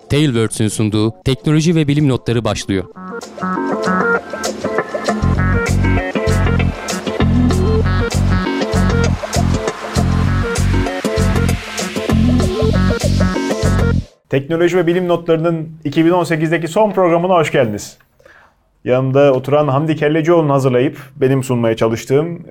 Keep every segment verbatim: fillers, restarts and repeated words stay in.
Tailwords'ün sunduğu teknoloji ve bilim notları başlıyor. Teknoloji ve bilim notlarının iki bin on sekizdeki son programına hoş geldiniz. Yanımda oturan Hamdi Kellecioğlu'nun hazırlayıp benim sunmaya çalıştığım e,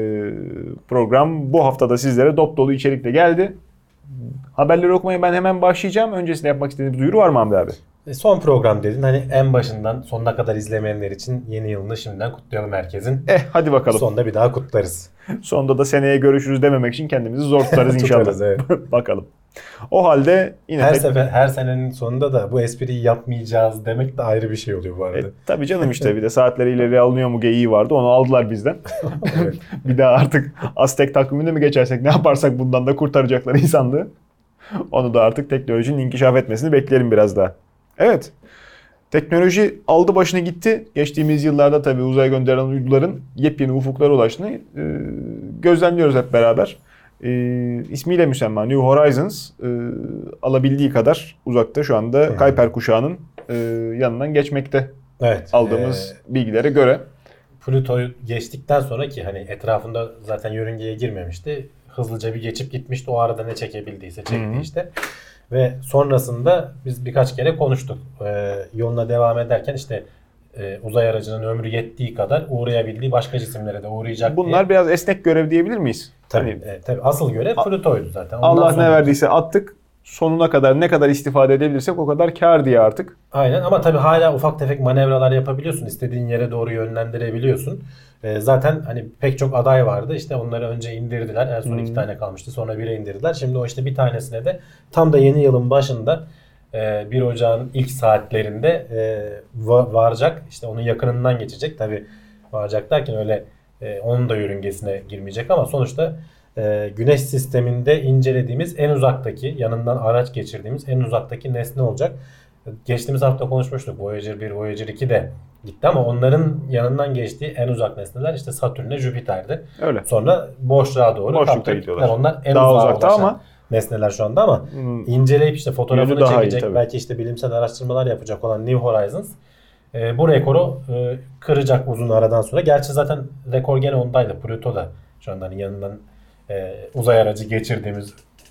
program bu haftada sizlere dop dolu içerikle geldi. Haberleri okumaya ben hemen başlayacağım. Öncesinde yapmak istediğiniz bir duyuru var mı Hamdi abi? Son program dedin. Hani en başından sonuna kadar izlemeyenler için yeni yılını şimdiden kutlayalım herkesin. Eh hadi bakalım. Sonunda bir daha kutlarız. Sonunda da seneye görüşürüz dememek için kendimizi zor tutarız inşallah. Tutarız, evet. Bakalım. O halde yine her tek... sefer her senenin sonunda da bu espriyi yapmayacağız demek de ayrı bir şey oluyor bu arada. E, tabii canım işte bir de saatleri ileri alınıyor mu geyiği vardı. Onu aldılar bizden. Evet. Bir daha artık Aztek takvimine mi geçersek ne yaparsak bundan da kurtaracaklar insanlığı. Onu da artık teknolojinin inkişaf etmesini bekleyelim biraz daha. Evet. Teknoloji aldı başını gitti. Geçtiğimiz yıllarda tabii uzaya gönderilen uyduların yepyeni ufuklara ulaştığını e, gözlemliyoruz hep beraber. E, ismiyle müsemma New Horizons e, alabildiği kadar uzakta şu anda hmm. Kuiper kuşağının e, yanından geçmekte. Evet. Aldığımız ee, bilgilere göre. Plüto'yu geçtikten sonra ki hani etrafında zaten yörüngeye girmemişti. Hızlıca bir geçip gitmişti. O arada ne çekebildiyse çekti hmm. işte. Ve sonrasında biz birkaç kere konuştuk. Ee, yoluna devam ederken işte e, uzay aracının ömrü yettiği kadar uğrayabildiği başka cisimlere de uğrayacak Bunlar diye. Bunlar biraz esnek görev diyebilir miyiz? Tabii. Hani, e, tabii asıl görev Plüto'ydu zaten. Ondan Allah sonra... ne verdiyse attık. Sonuna kadar ne kadar istifade edebilirsek o kadar kâr diye artık. Aynen ama tabii hala ufak tefek manevralar yapabiliyorsun. İstediğin yere doğru yönlendirebiliyorsun. Ee, zaten hani pek çok aday vardı. İşte onları önce indirdiler. En son hmm. iki tane kalmıştı. Sonra bire indirdiler. Şimdi o işte bir tanesine de tam da yeni yılın başında e, bir Ocağın ilk saatlerinde e, varacak. İşte onun yakınından geçecek. Tabii varacak derken öyle e, onun da yörüngesine girmeyecek ama sonuçta e, Güneş sisteminde incelediğimiz en uzaktaki, yanından araç geçirdiğimiz en uzaktaki nesne olacak. Geçtiğimiz hafta konuşmuştuk. Voyager bir, Voyager iki de gitti ama onların yanından geçtiği en uzak nesneler işte Satürn'le Jüpiter'di. Öyle. Sonra boşluğa doğru Boşlukta gidiyorlar. Onlar en daha uzağa uzakta ama nesneler şu anda ama hmm. inceleyip işte fotoğrafını çekecek, iyi, belki işte bilimsel araştırmalar yapacak olan New Horizons e, bu rekoru e, kıracak uzun aradan sonra. Gerçi zaten rekor gene ondaydı. Plüto da şu anda hani yanından e, uzay aracı geçirdiğimiz,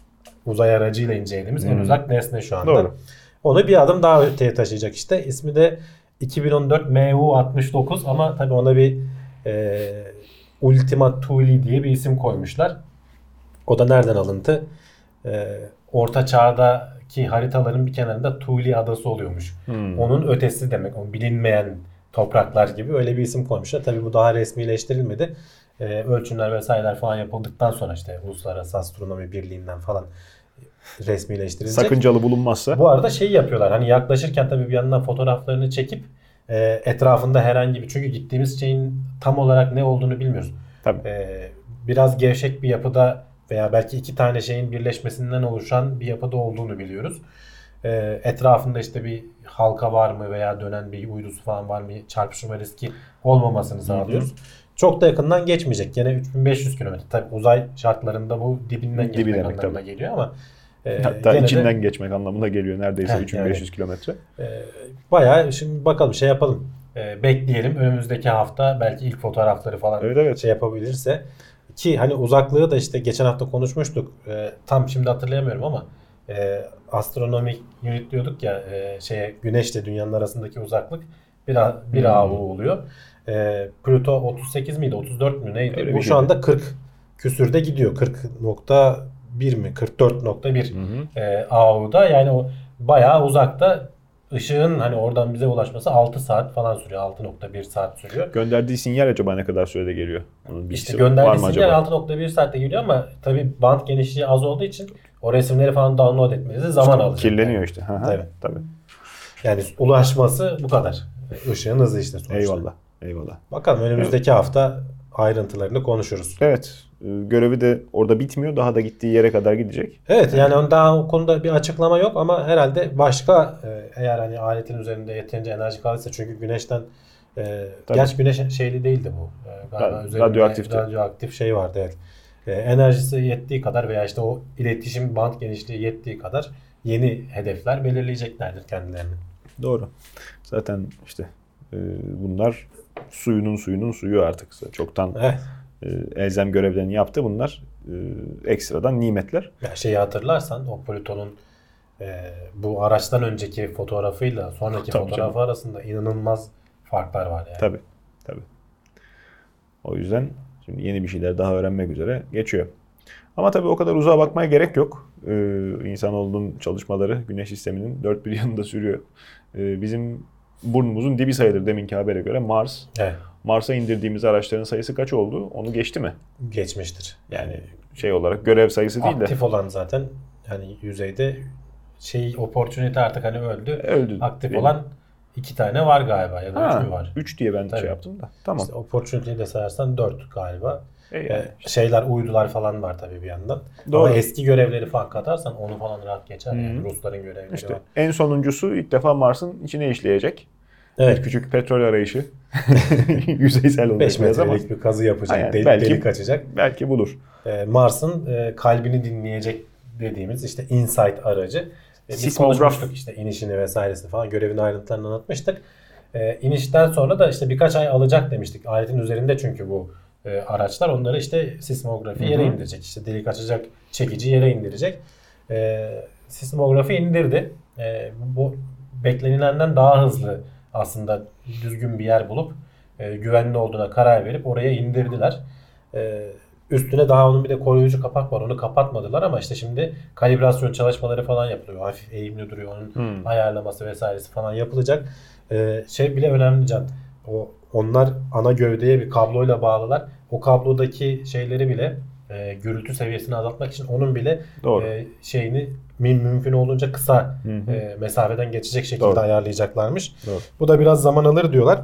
uzay aracıyla incelediğimiz hmm. en uzak nesne şu anda. Doğru. Onu bir adım daha öteye taşıyacak işte. İsmi de iki bin on dört M U altmış dokuz ama tabii ona bir e, Ultima Thule diye bir isim koymuşlar. O da nereden alıntı? E, Orta Çağ'daki haritaların bir kenarında Thule adası oluyormuş. Hmm. Onun ötesi demek. O bilinmeyen topraklar gibi öyle bir isim koymuşlar. Tabii bu daha resmileştirilmedi. E, ölçümler vesaireler falan yapıldıktan sonra işte Uluslararası Astronomi Birliği'nden falan resmileştirilecek. Sakıncalı bulunmazsa. Bu arada şey yapıyorlar. Hani yaklaşırken tabii bir yandan fotoğraflarını çekip e, etrafında herhangi bir, çünkü gittiğimiz şeyin tam olarak ne olduğunu bilmiyoruz. Tabii. E, biraz gevşek bir yapıda veya belki iki tane şeyin birleşmesinden oluşan bir yapıda olduğunu biliyoruz. E, etrafında işte bir halka var mı veya dönen bir uydusu falan var mı, çarpışma riski olmamasını sağlıyoruz. Hı hı. Çok da yakından geçmeyecek. Yine üç bin beş yüz kilometre. Tabii uzay şartlarında bu dibinden Dibi geçmek demek, anlamına tabii. geliyor ama E, hatta içinden de, geçmek anlamına geliyor neredeyse üç bin beş yüz yani, kilometre. E, bayağı şimdi bakalım şey yapalım. E, bekleyelim önümüzdeki hafta belki ilk fotoğrafları falan evet, evet. şey yapabilirse. Ki hani uzaklığı da işte geçen hafta konuşmuştuk. E, tam şimdi hatırlayamıyorum ama e, astronomik unit diyorduk ya e, şeye Güneşle dünyanın arasındaki uzaklık bir bir hmm. A U oluyor. E, Plüto otuz sekiz miydi? otuz dört mü neydi? Öyle bu şu şeydi. Anda kırk küsürde gidiyor. kırk nokta bir mi? kırk dört nokta bir e, A U'da. Yani o bayağı uzakta. Işığın hani oradan bize ulaşması altı saat falan sürüyor. altı nokta bir saat sürüyor. Gönderdiği sinyal acaba ne kadar sürede geliyor? Onun işte gönderdiği sinyal altı nokta bir saatte geliyor ama tabii band genişliği az olduğu için o resimleri falan download etmenize zaman işte alacak. Kirleniyor yani. işte. Hı-hı. Evet. Tabii. Yani ulaşması bu kadar. Işığın hızı işte sonuçta. Eyvallah. Eyvallah. Bakalım önümüzdeki evet. hafta ayrıntılarını konuşuruz. Evet. Görevi de orada bitmiyor. Daha da gittiği yere kadar gidecek. Evet yani daha o konuda bir açıklama yok ama herhalde başka eğer hani aletin üzerinde yeterince enerji kaldıysa, çünkü güneşten e, gerçi güneş şeyli değildi bu. E, galiba Ra- radyoaktif. radyoaktif şey vardı evet. e, enerjisi yettiği kadar veya işte o iletişim band genişliği yettiği kadar yeni hedefler belirleyeceklerdir kendilerini. Doğru. Zaten işte e, bunlar suyunun suyunun suyu artık. Çoktan Evet. e, elzem görevlerini yaptı. Bunlar e, ekstradan nimetler. Ya şeyi hatırlarsan o Plüton'un e, bu araçtan önceki fotoğrafıyla sonraki Tabii fotoğrafı canım. arasında inanılmaz farklar var yani. Tabii. Tabii. O yüzden şimdi yeni bir şeyler daha öğrenmek üzere geçiyor. Ama tabii o kadar uzağa bakmaya gerek yok. Ee, insanoğlunun çalışmaları Güneş sisteminin dört bir yanında sürüyor. Ee, bizim burnumuzun dibi sayılır deminki habere göre Mars. Evet. Mars'a indirdiğimiz araçların sayısı kaç oldu? Onu geçti mi? Geçmiştir. Yani şey olarak görev sayısı değil de. Aktif olan zaten yani yüzeyde şey opportunity artık hani öldü. Öldü. Aktif Değil olan iki tane var galiba ya da Ha, üç mü var? üç diye ben Tabii. şey yaptım da. Tamam. İşte opportunity'yi de sayarsan dört galiba. E yani Ee, şeyler uydular falan var tabii bir yandan. Doğru. Ama eski görevleri falan katarsan onu falan rahat geçer. Hı-hı. Yani Rusların görevleri İşte var. en sonuncusu ilk defa Mars'ın içine işleyecek. Evet. Bir küçük petrol arayışı. Yüzeysel olacak beş biraz ama. metrelik bir kazı yapacak. Aynen, Delik, belki- delik açacak. Belki bulur. Ee, Mars'ın e, kalbini dinleyecek dediğimiz işte InSight aracı. E, biz Sismograf. konuşmuştuk işte inişini vesairesini falan görevin ayrıntılarını anlatmıştık. E, inişten sonra da işte birkaç ay alacak demiştik. Aletin üzerinde çünkü bu e, araçlar onları işte sismografi yere Hı hı. indirecek. İşte delik açacak çekici yere indirecek. E, sismografi indirdi. E, bu beklenilenden daha hızlı aslında düzgün bir yer bulup e, güvenli olduğuna karar verip oraya indirdiler. E, üstüne daha onun bir de koruyucu kapak var. Onu kapatmadılar ama işte şimdi kalibrasyon çalışmaları falan yapılıyor. Hafif eğimli duruyor. Onun Hmm. ayarlaması vesairesi falan yapılacak. E, şey bile önemli Can. O onlar ana gövdeye bir kabloyla bağlılar. O kablodaki şeyleri bile e, gürültü seviyesini azaltmak için onun bile Doğru. e, şeyini müm- mümkün olduğunca kısa Hı hı. e, mesafeden geçecek şekilde Doğru. ayarlayacaklarmış. Doğru. Bu da biraz zaman alır diyorlar.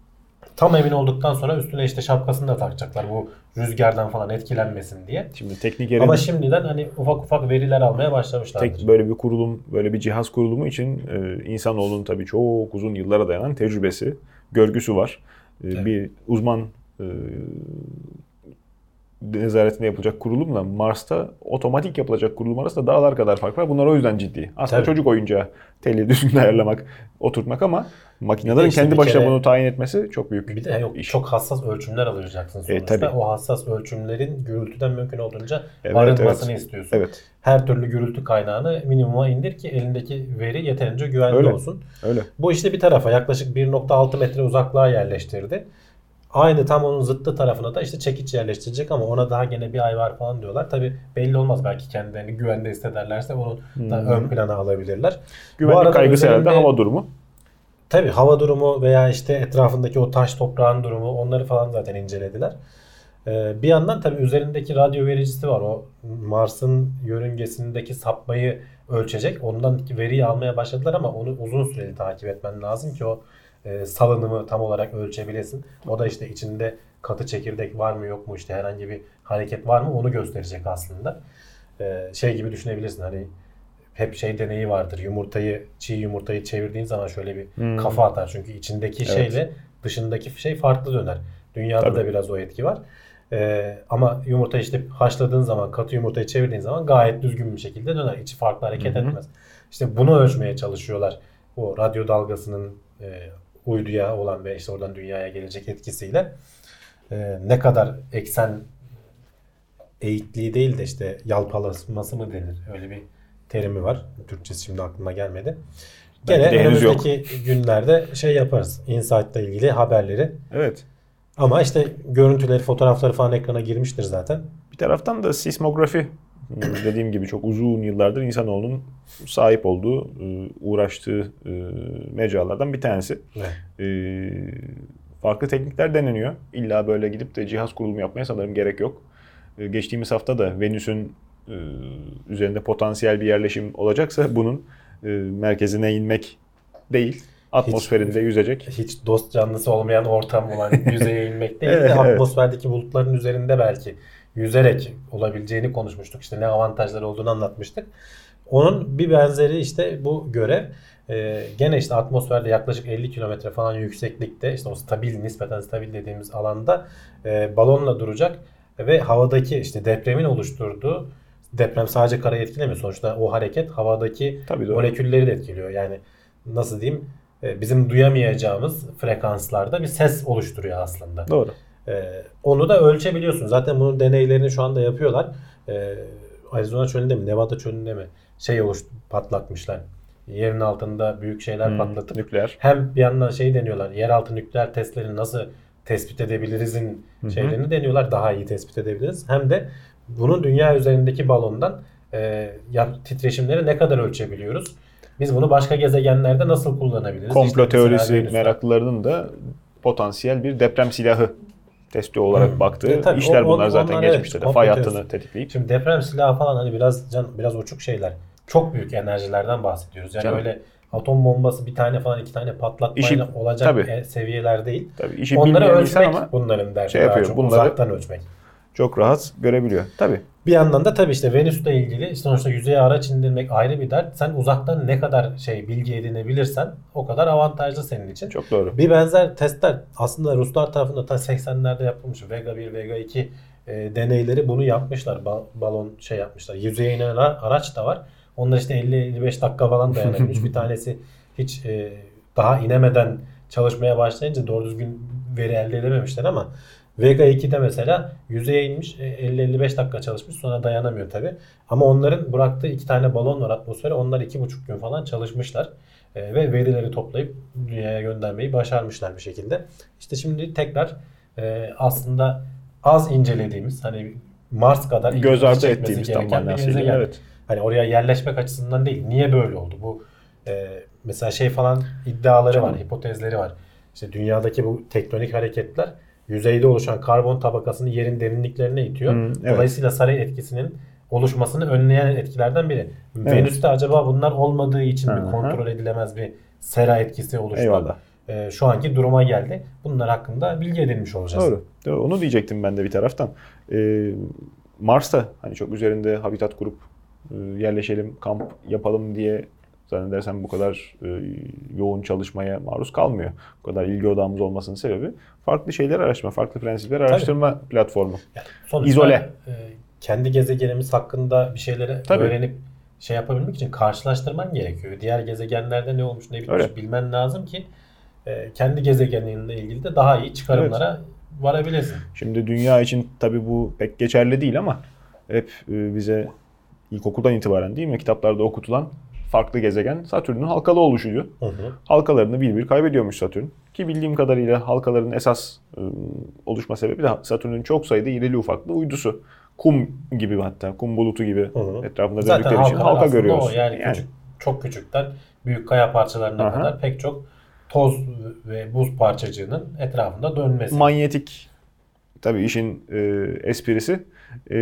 Tam emin olduktan sonra üstüne işte şapkasını da takacaklar bu rüzgardan falan etkilenmesin diye. Şimdi teknik yerin Ama şimdiden hani ufak ufak veriler almaya başlamışlardır. tek böyle bir kurulum, böyle bir cihaz kurulumu için e, insanoğlunun tabii çok uzun yıllara dayanan tecrübesi, görgüsü var. E, Evet. Bir uzman e, nezaretinde yapılacak kurulumla Mars'ta otomatik yapılacak kurulum arasında dağlar kadar fark var. Bunlar o yüzden ciddi. Aslında Tabii. çocuk oyuncağı teli düzgün ayarlamak, oturtmak ama makinelerin Bir de işte kendi bir başına kere- bunu tayin etmesi çok büyük Bir de yok iş. çok hassas ölçümler alacaksın sonuçta. E, tabii. O hassas ölçümlerin gürültüden mümkün olduğunca Evet, arınmasını evet. istiyorsun. Evet, Her türlü gürültü kaynağını minimuma indir ki elindeki veri yeterince güvenli Öyle. olsun. öyle. Bu işte bir tarafa yaklaşık bir nokta altı metre uzaklığa yerleştirdi. Aynı tam onun zıttı tarafına da işte çekiç yerleştirecek ama ona daha gene bir ay var falan diyorlar. Tabi belli olmaz, belki kendilerini güvende hissederlerse onu da Hmm. ön plana alabilirler. Güvenlik arada kaygısı herhalde üzerinde- hava durumu. Tabii hava durumu veya işte etrafındaki o taş toprağın durumu, onları falan zaten incelediler. Ee, bir yandan tabii üzerindeki radyo vericisi var. O Mars'ın yörüngesindeki sapmayı ölçecek. Ondan veriyi almaya başladılar ama onu uzun süreli takip etmen lazım ki o e, salınımı tam olarak ölçebilesin. O da işte içinde katı çekirdek var mı yok mu, işte herhangi bir hareket var mı onu gösterecek aslında. Ee, şey gibi düşünebilirsin, hani hep şey deneyi vardır. Yumurtayı, çiğ yumurtayı çevirdiğin zaman şöyle bir Hmm. kafa atar. Çünkü içindeki Evet. şeyle dışındaki şey farklı döner. Dünyada Tabii. da biraz o etki var. Ee, ama yumurta işte haşladığın zaman, katı yumurtayı çevirdiğin zaman gayet düzgün bir şekilde döner. İçi farklı hareket Hı hı. etmez. İşte bunu ölçmeye çalışıyorlar. O radyo dalgasının e, uyduya olan ve işte oradan dünyaya gelecek etkisiyle e, ne kadar eksen eğikliği değil de işte yalpalaması mı denir? Öyle bir terimi var. Türkçesi şimdi aklıma gelmedi. Belki Gene de henüz yok. önümüzdeki günlerde şey yaparız. Insight'la ilgili haberleri. Evet. Ama işte görüntüleri, fotoğrafları falan ekrana girmiştir zaten. Bir taraftan da sismografi dediğim gibi çok uzun yıllardır insanoğlunun sahip olduğu, uğraştığı mecralardan bir tanesi. Evet. Ee, Farklı teknikler deneniyor. İlla böyle gidip de cihaz kurulumu yapmaya sanırım gerek yok. Ee, Geçtiğimiz hafta da Venüs'ün e, üzerinde potansiyel bir yerleşim olacaksa bunun e, merkezine inmek değil, atmosferinde yüzecek. Hiç dost canlısı olmayan ortam olan yüzeye inmek değil de Evet, evet. atmosferdeki bulutların üzerinde belki yüzerek olabileceğini konuşmuştuk. İşte ne avantajları olduğunu anlatmıştık. Onun bir benzeri işte bu görev. Ee, gene işte atmosferde yaklaşık elli kilometre falan yükseklikte, işte o stabil, nispeten stabil dediğimiz alanda e, balonla duracak. ve havadaki işte depremin oluşturduğu, deprem sadece karayı etkilemiyor. Sonuçta o hareket havadaki Tabii, doğru. molekülleri de etkiliyor. Yani nasıl diyeyim, bizim duyamayacağımız frekanslarda bir ses oluşturuyor aslında. Doğru. Ee, onu da ölçebiliyorsun. Zaten bunun deneylerini şu anda yapıyorlar. Ee, Arizona çölünde mi, Nevada çölünde mi şey oluştu, patlatmışlar. Yerin altında büyük şeyler Hmm, patlatıp nükleer. hem bir yandan şey deniyorlar. Yeraltı nükleer testlerini nasıl tespit edebilirizin Hı hı. şeylerini deniyorlar. Daha iyi tespit edebiliriz. Hem de bunun dünya üzerindeki balondan e, ya, titreşimleri ne kadar ölçebiliyoruz? Biz bunu başka gezegenlerde nasıl kullanabiliriz? Komplo İşte mesela teorisi Venüs'te- meraklılarının da potansiyel bir deprem silahı testi olarak Hmm. baktığı E, tabii, işler o- bunlar on- zaten onlar geçmişte evet, de fay komplo hattını teorisi. tetikleyip. Şimdi deprem silahı falan hani biraz can biraz uçuk şeyler. Çok büyük enerjilerden bahsediyoruz. Yani Canım. öyle atom bombası bir tane falan iki tane patlatmayla İşi- olacak tabii. e- seviyeler değil. Tabii işi Onları bilmeyen insan ölçmek ama bunların derdi. şey Daha yapıyor, çok bunları- uzaktan ölçmek. çok rahat görebiliyor. Tabii. Bir yandan da tabii işte Venüs'le ilgili sonuçta yüzeye araç indirmek ayrı bir dert. Sen uzaktan ne kadar şey bilgi edinebilirsen o kadar avantajlı senin için. Çok doğru. Bir benzer testler aslında Ruslar tarafından ta seksenlerde yapılmış. Vega bir, Vega iki e, deneyleri bunu yapmışlar. Ba- balon şey yapmışlar. Yüzeye inen ara- araç da var. Onlar işte elli elli beş dakika falan dayanabilmiş. Bir tanesi hiç e, daha inemeden çalışmaya başlayınca doğru düzgün veri elde edememişler ama Vega ikide mesela yüzeye inmiş, elli elli beş dakika çalışmış, sonra dayanamıyor tabi. Ama onların bıraktığı iki tane balon var atmosfere. Onlar iki buçuk gün falan çalışmışlar. E, ve verileri toplayıp dünyaya göndermeyi başarmışlar bir şekilde. İşte şimdi tekrar e, aslında az incelediğimiz, hani Mars kadar Göz ilgimizi ardı çekmesi ettiğimiz tam gereken bir manasıyla. gezegen. Evet. Hani oraya yerleşmek açısından değil. Niye böyle oldu? Bu e, mesela şey falan iddiaları Canım. var, hipotezleri var. İşte dünyadaki bu tektonik hareketler yüzeyde oluşan karbon tabakasını yerin derinliklerine itiyor. Hmm, evet. Dolayısıyla saray etkisinin oluşmasını önleyen etkilerden biri. Evet. Venüs'te acaba bunlar olmadığı için Hı bir hı. kontrol edilemez bir sera etkisi oluştu. Eyvallah. E, şu anki duruma geldi. Bunlar hakkında bilgi edinmiş olacağız. Doğru. Doğru. Onu diyecektim ben de bir taraftan. Ee, Mars'ta hani çok üzerinde habitat kurup e, yerleşelim, kamp yapalım diye zannedersem bu kadar e, yoğun çalışmaya maruz kalmıyor. Bu kadar ilgi odağımız olmasının sebebi farklı şeyler araştırma, farklı prensipler araştırma platformu. Yani sonuçta, İzole. e, kendi gezegenimiz hakkında bir şeyleri Tabii. öğrenip şey yapabilmek için karşılaştırman gerekiyor. Diğer gezegenlerde ne olmuş ne bitmiş Öyle. bilmen lazım ki e, kendi gezegeninle ilgili de daha iyi çıkarımlara varabilesin. Şimdi dünya için tabii bu pek geçerli değil ama hep e, bize ilkokuldan itibaren değil mi kitaplarda okutulan farklı gezegen Satürn'ün halkalı oluşuyor. Hı hı. Halkalarını bir bir kaybediyormuş Satürn. Ki bildiğim kadarıyla halkaların esas e, oluşma sebebi de Satürn'ün çok sayıda irili ufaklı uydusu. Kum gibi hatta, kum bulutu gibi Hı hı. etrafında Zaten döndükleri için halkalar halka aslında görüyoruz. o. Yani, Yani küçük, çok küçükten büyük kaya parçalarına Aha. kadar pek çok toz ve buz parçacığının etrafında dönmesi. manyetik tabii işin e, esprisi e,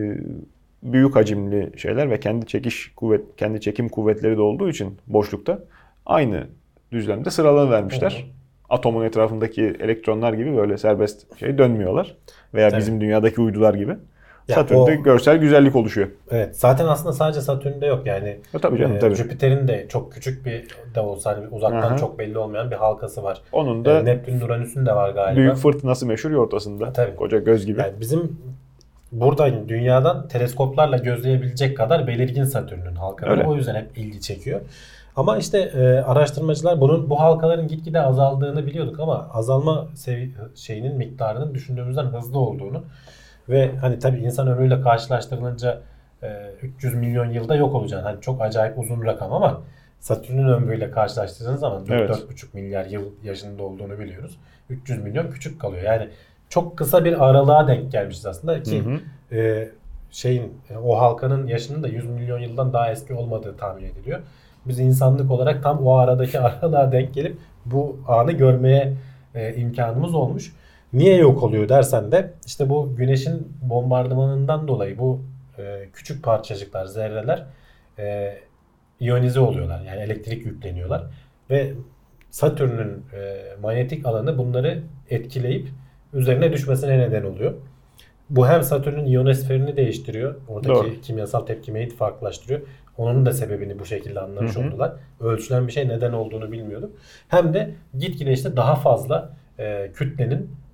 büyük hacimli şeyler ve kendi çekiş kuvvet kendi çekim kuvvetleri de olduğu için boşlukta aynı düzlemde sıralanıvermişler. Hı hı. Atomun etrafındaki elektronlar gibi böyle serbest şey dönmüyorlar veya Tabii. bizim dünyadaki uydular gibi. Ya Satürn'de o- görsel güzellik oluşuyor. Evet, zaten aslında sadece Satürn'de yok yani. E, tabii canım, e, tabii. Jüpiter'in de çok küçük bir de olsa hani uzaktan Aha. çok belli olmayan bir halkası var. Onun da E, Neptün, Uranüs'ün de var galiba. büyük fırtınası meşhur ya ortasında. Ha, tabii. Koca göz gibi. Yani bizim buradan dünyadan teleskoplarla gözleyebilecek kadar belirgin Satürn'ün halkaları. Öyle. O yüzden hep ilgi çekiyor. Ama işte e, araştırmacılar bunun bu halkaların gitgide azaldığını biliyorduk ama azalma sevi- şeyinin miktarının düşündüğümüzden hızlı olduğunu ve hani tabii insan ömrüyle karşılaştırılınca e, üç yüz milyon yılda yok olacağını, hani çok acayip uzun rakam ama Satürn'ün ömrüyle karşılaştırdığınız zaman Evet. dört buçuk milyar yıl yaşında olduğunu biliyoruz. üç yüz milyon küçük kalıyor. Yani çok kısa bir aralığa denk gelmişiz aslında ki Hı hı. e, şeyin e, o halkanın yaşının da yüz milyon yıldan daha eski olmadığı tahmin ediliyor. Biz insanlık olarak tam o aradaki aralığa denk gelip bu anı görmeye e, imkanımız olmuş. Niye yok oluyor dersen de işte bu güneşin bombardımanından dolayı bu e, küçük parçacıklar, zerreler e, iyonize oluyorlar. Yani elektrik yükleniyorlar ve Satürn'ün e, manyetik alanı bunları etkileyip üzerine düşmesine neden oluyor. Bu hem Satürn'ün iyonosferini değiştiriyor. Oradaki Doğru. kimyasal tepkimeyi farklılaştırıyor. Onun da sebebini bu şekilde anlamış Hı hı. oldular. Ölçülen bir şey neden olduğunu bilmiyorduk. Hem de gitgide işte daha fazla e, kütlenin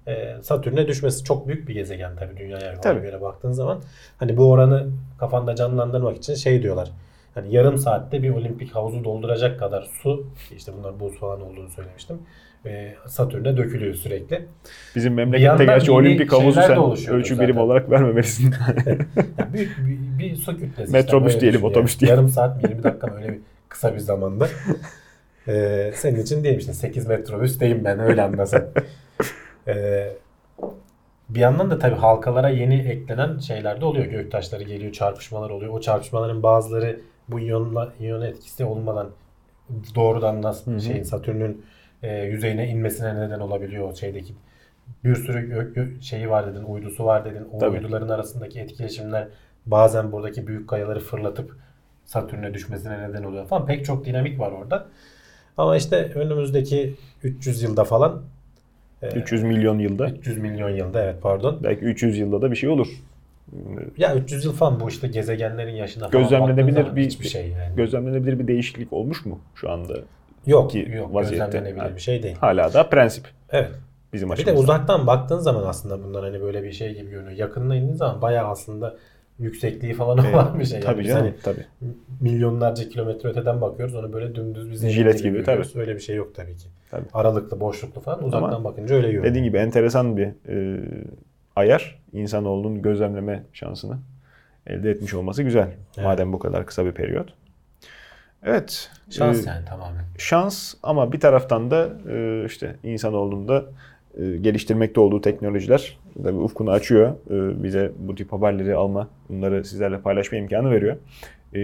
e, Satürn'e düşmesi. Çok büyük bir gezegen tabii dünyaya Tabii. göre baktığın zaman. Hani bu oranı kafanda canlandırmak için şey diyorlar. Hani yarım saatte bir olimpik havuzu dolduracak kadar su, işte bunlar buz falan olduğunu söylemiştim. E, Satürn'e dökülüyor sürekli. Bizim Bir memlekette yandan gerçi yeni olimpik havuzu şeyler de sen oluşuyordur ölçü zaten. birimi olarak vermemelisin. Yani büyük bir, bir su kütlesi. Metrobüs işte, öyle diyelim, düşün otobüs yani. diyelim. Yarım saat mi yirmi dakika mı, öyle bir kısa bir zamanda. Ee, senin için diyeyim işte sekiz metrobüs deyim ben, öyle anlasan. Ee, bir yandan da tabii halkalara yeni eklenen şeyler de oluyor. Göktaşları geliyor, çarpışmalar oluyor. O çarpışmaların bazıları bu iyonla, iyon etkisi olmadan doğrudan nasıl Hı hı. şeyin Satürn'ün e, yüzeyine inmesine neden olabiliyor. O şeydeki bir sürü gök, gök şeyi var dedin, uydusu var dedin. O Tabii. uyduların arasındaki etkileşimler bazen buradaki büyük kayaları fırlatıp Satürn'e düşmesine neden oluyor falan. Pek çok dinamik var orada. Ama işte önümüzdeki üç yüz yılda falan e, üç yüz milyon yılda. üç yüz milyon yılda, evet pardon. Belki üç yüz yılda da bir şey olur. Ya üç yüz yıl falan, bu işte gezegenlerin yaşına falan Gözlemlenebilir baktığın zaman bir hiçbir şey yani. Gözlemlenebilir bir değişiklik olmuş mu şu anda? Yok, ki yok vaziyette. gözlemlenebilir Yani bir şey değil. Hala da prensip Evet. bizim Bir de açımızdan. uzaktan baktığın zaman aslında bunlar hani böyle bir şey gibi görünüyor. Yakınına indiğin zaman bayağı aslında yüksekliği falan Evet, olan bir şey. Yani tabii biz canım, hani tabii. milyonlarca kilometre öteden bakıyoruz. Onu böyle dümdüz bir zemin Jilet gibi, görüyoruz. Öyle bir şey yok tabii ki. Tabii. Aralıklı, boşluklu falan. Uzaktan Ama bakınca öyle görünüyor. Dediğin gibi enteresan bir e, ayar. İnsanoğlunun gözlemleme şansını elde etmiş olması güzel. Evet. Madem bu kadar kısa bir periyot. Evet. Şans e, yani tamamen. Şans, ama bir taraftan da e, işte insanoğlunun da e, geliştirmekte olduğu teknolojiler tabii ufkunu açıyor. E, bize bu tip haberleri alma, bunları sizlerle paylaşma imkanı veriyor. E,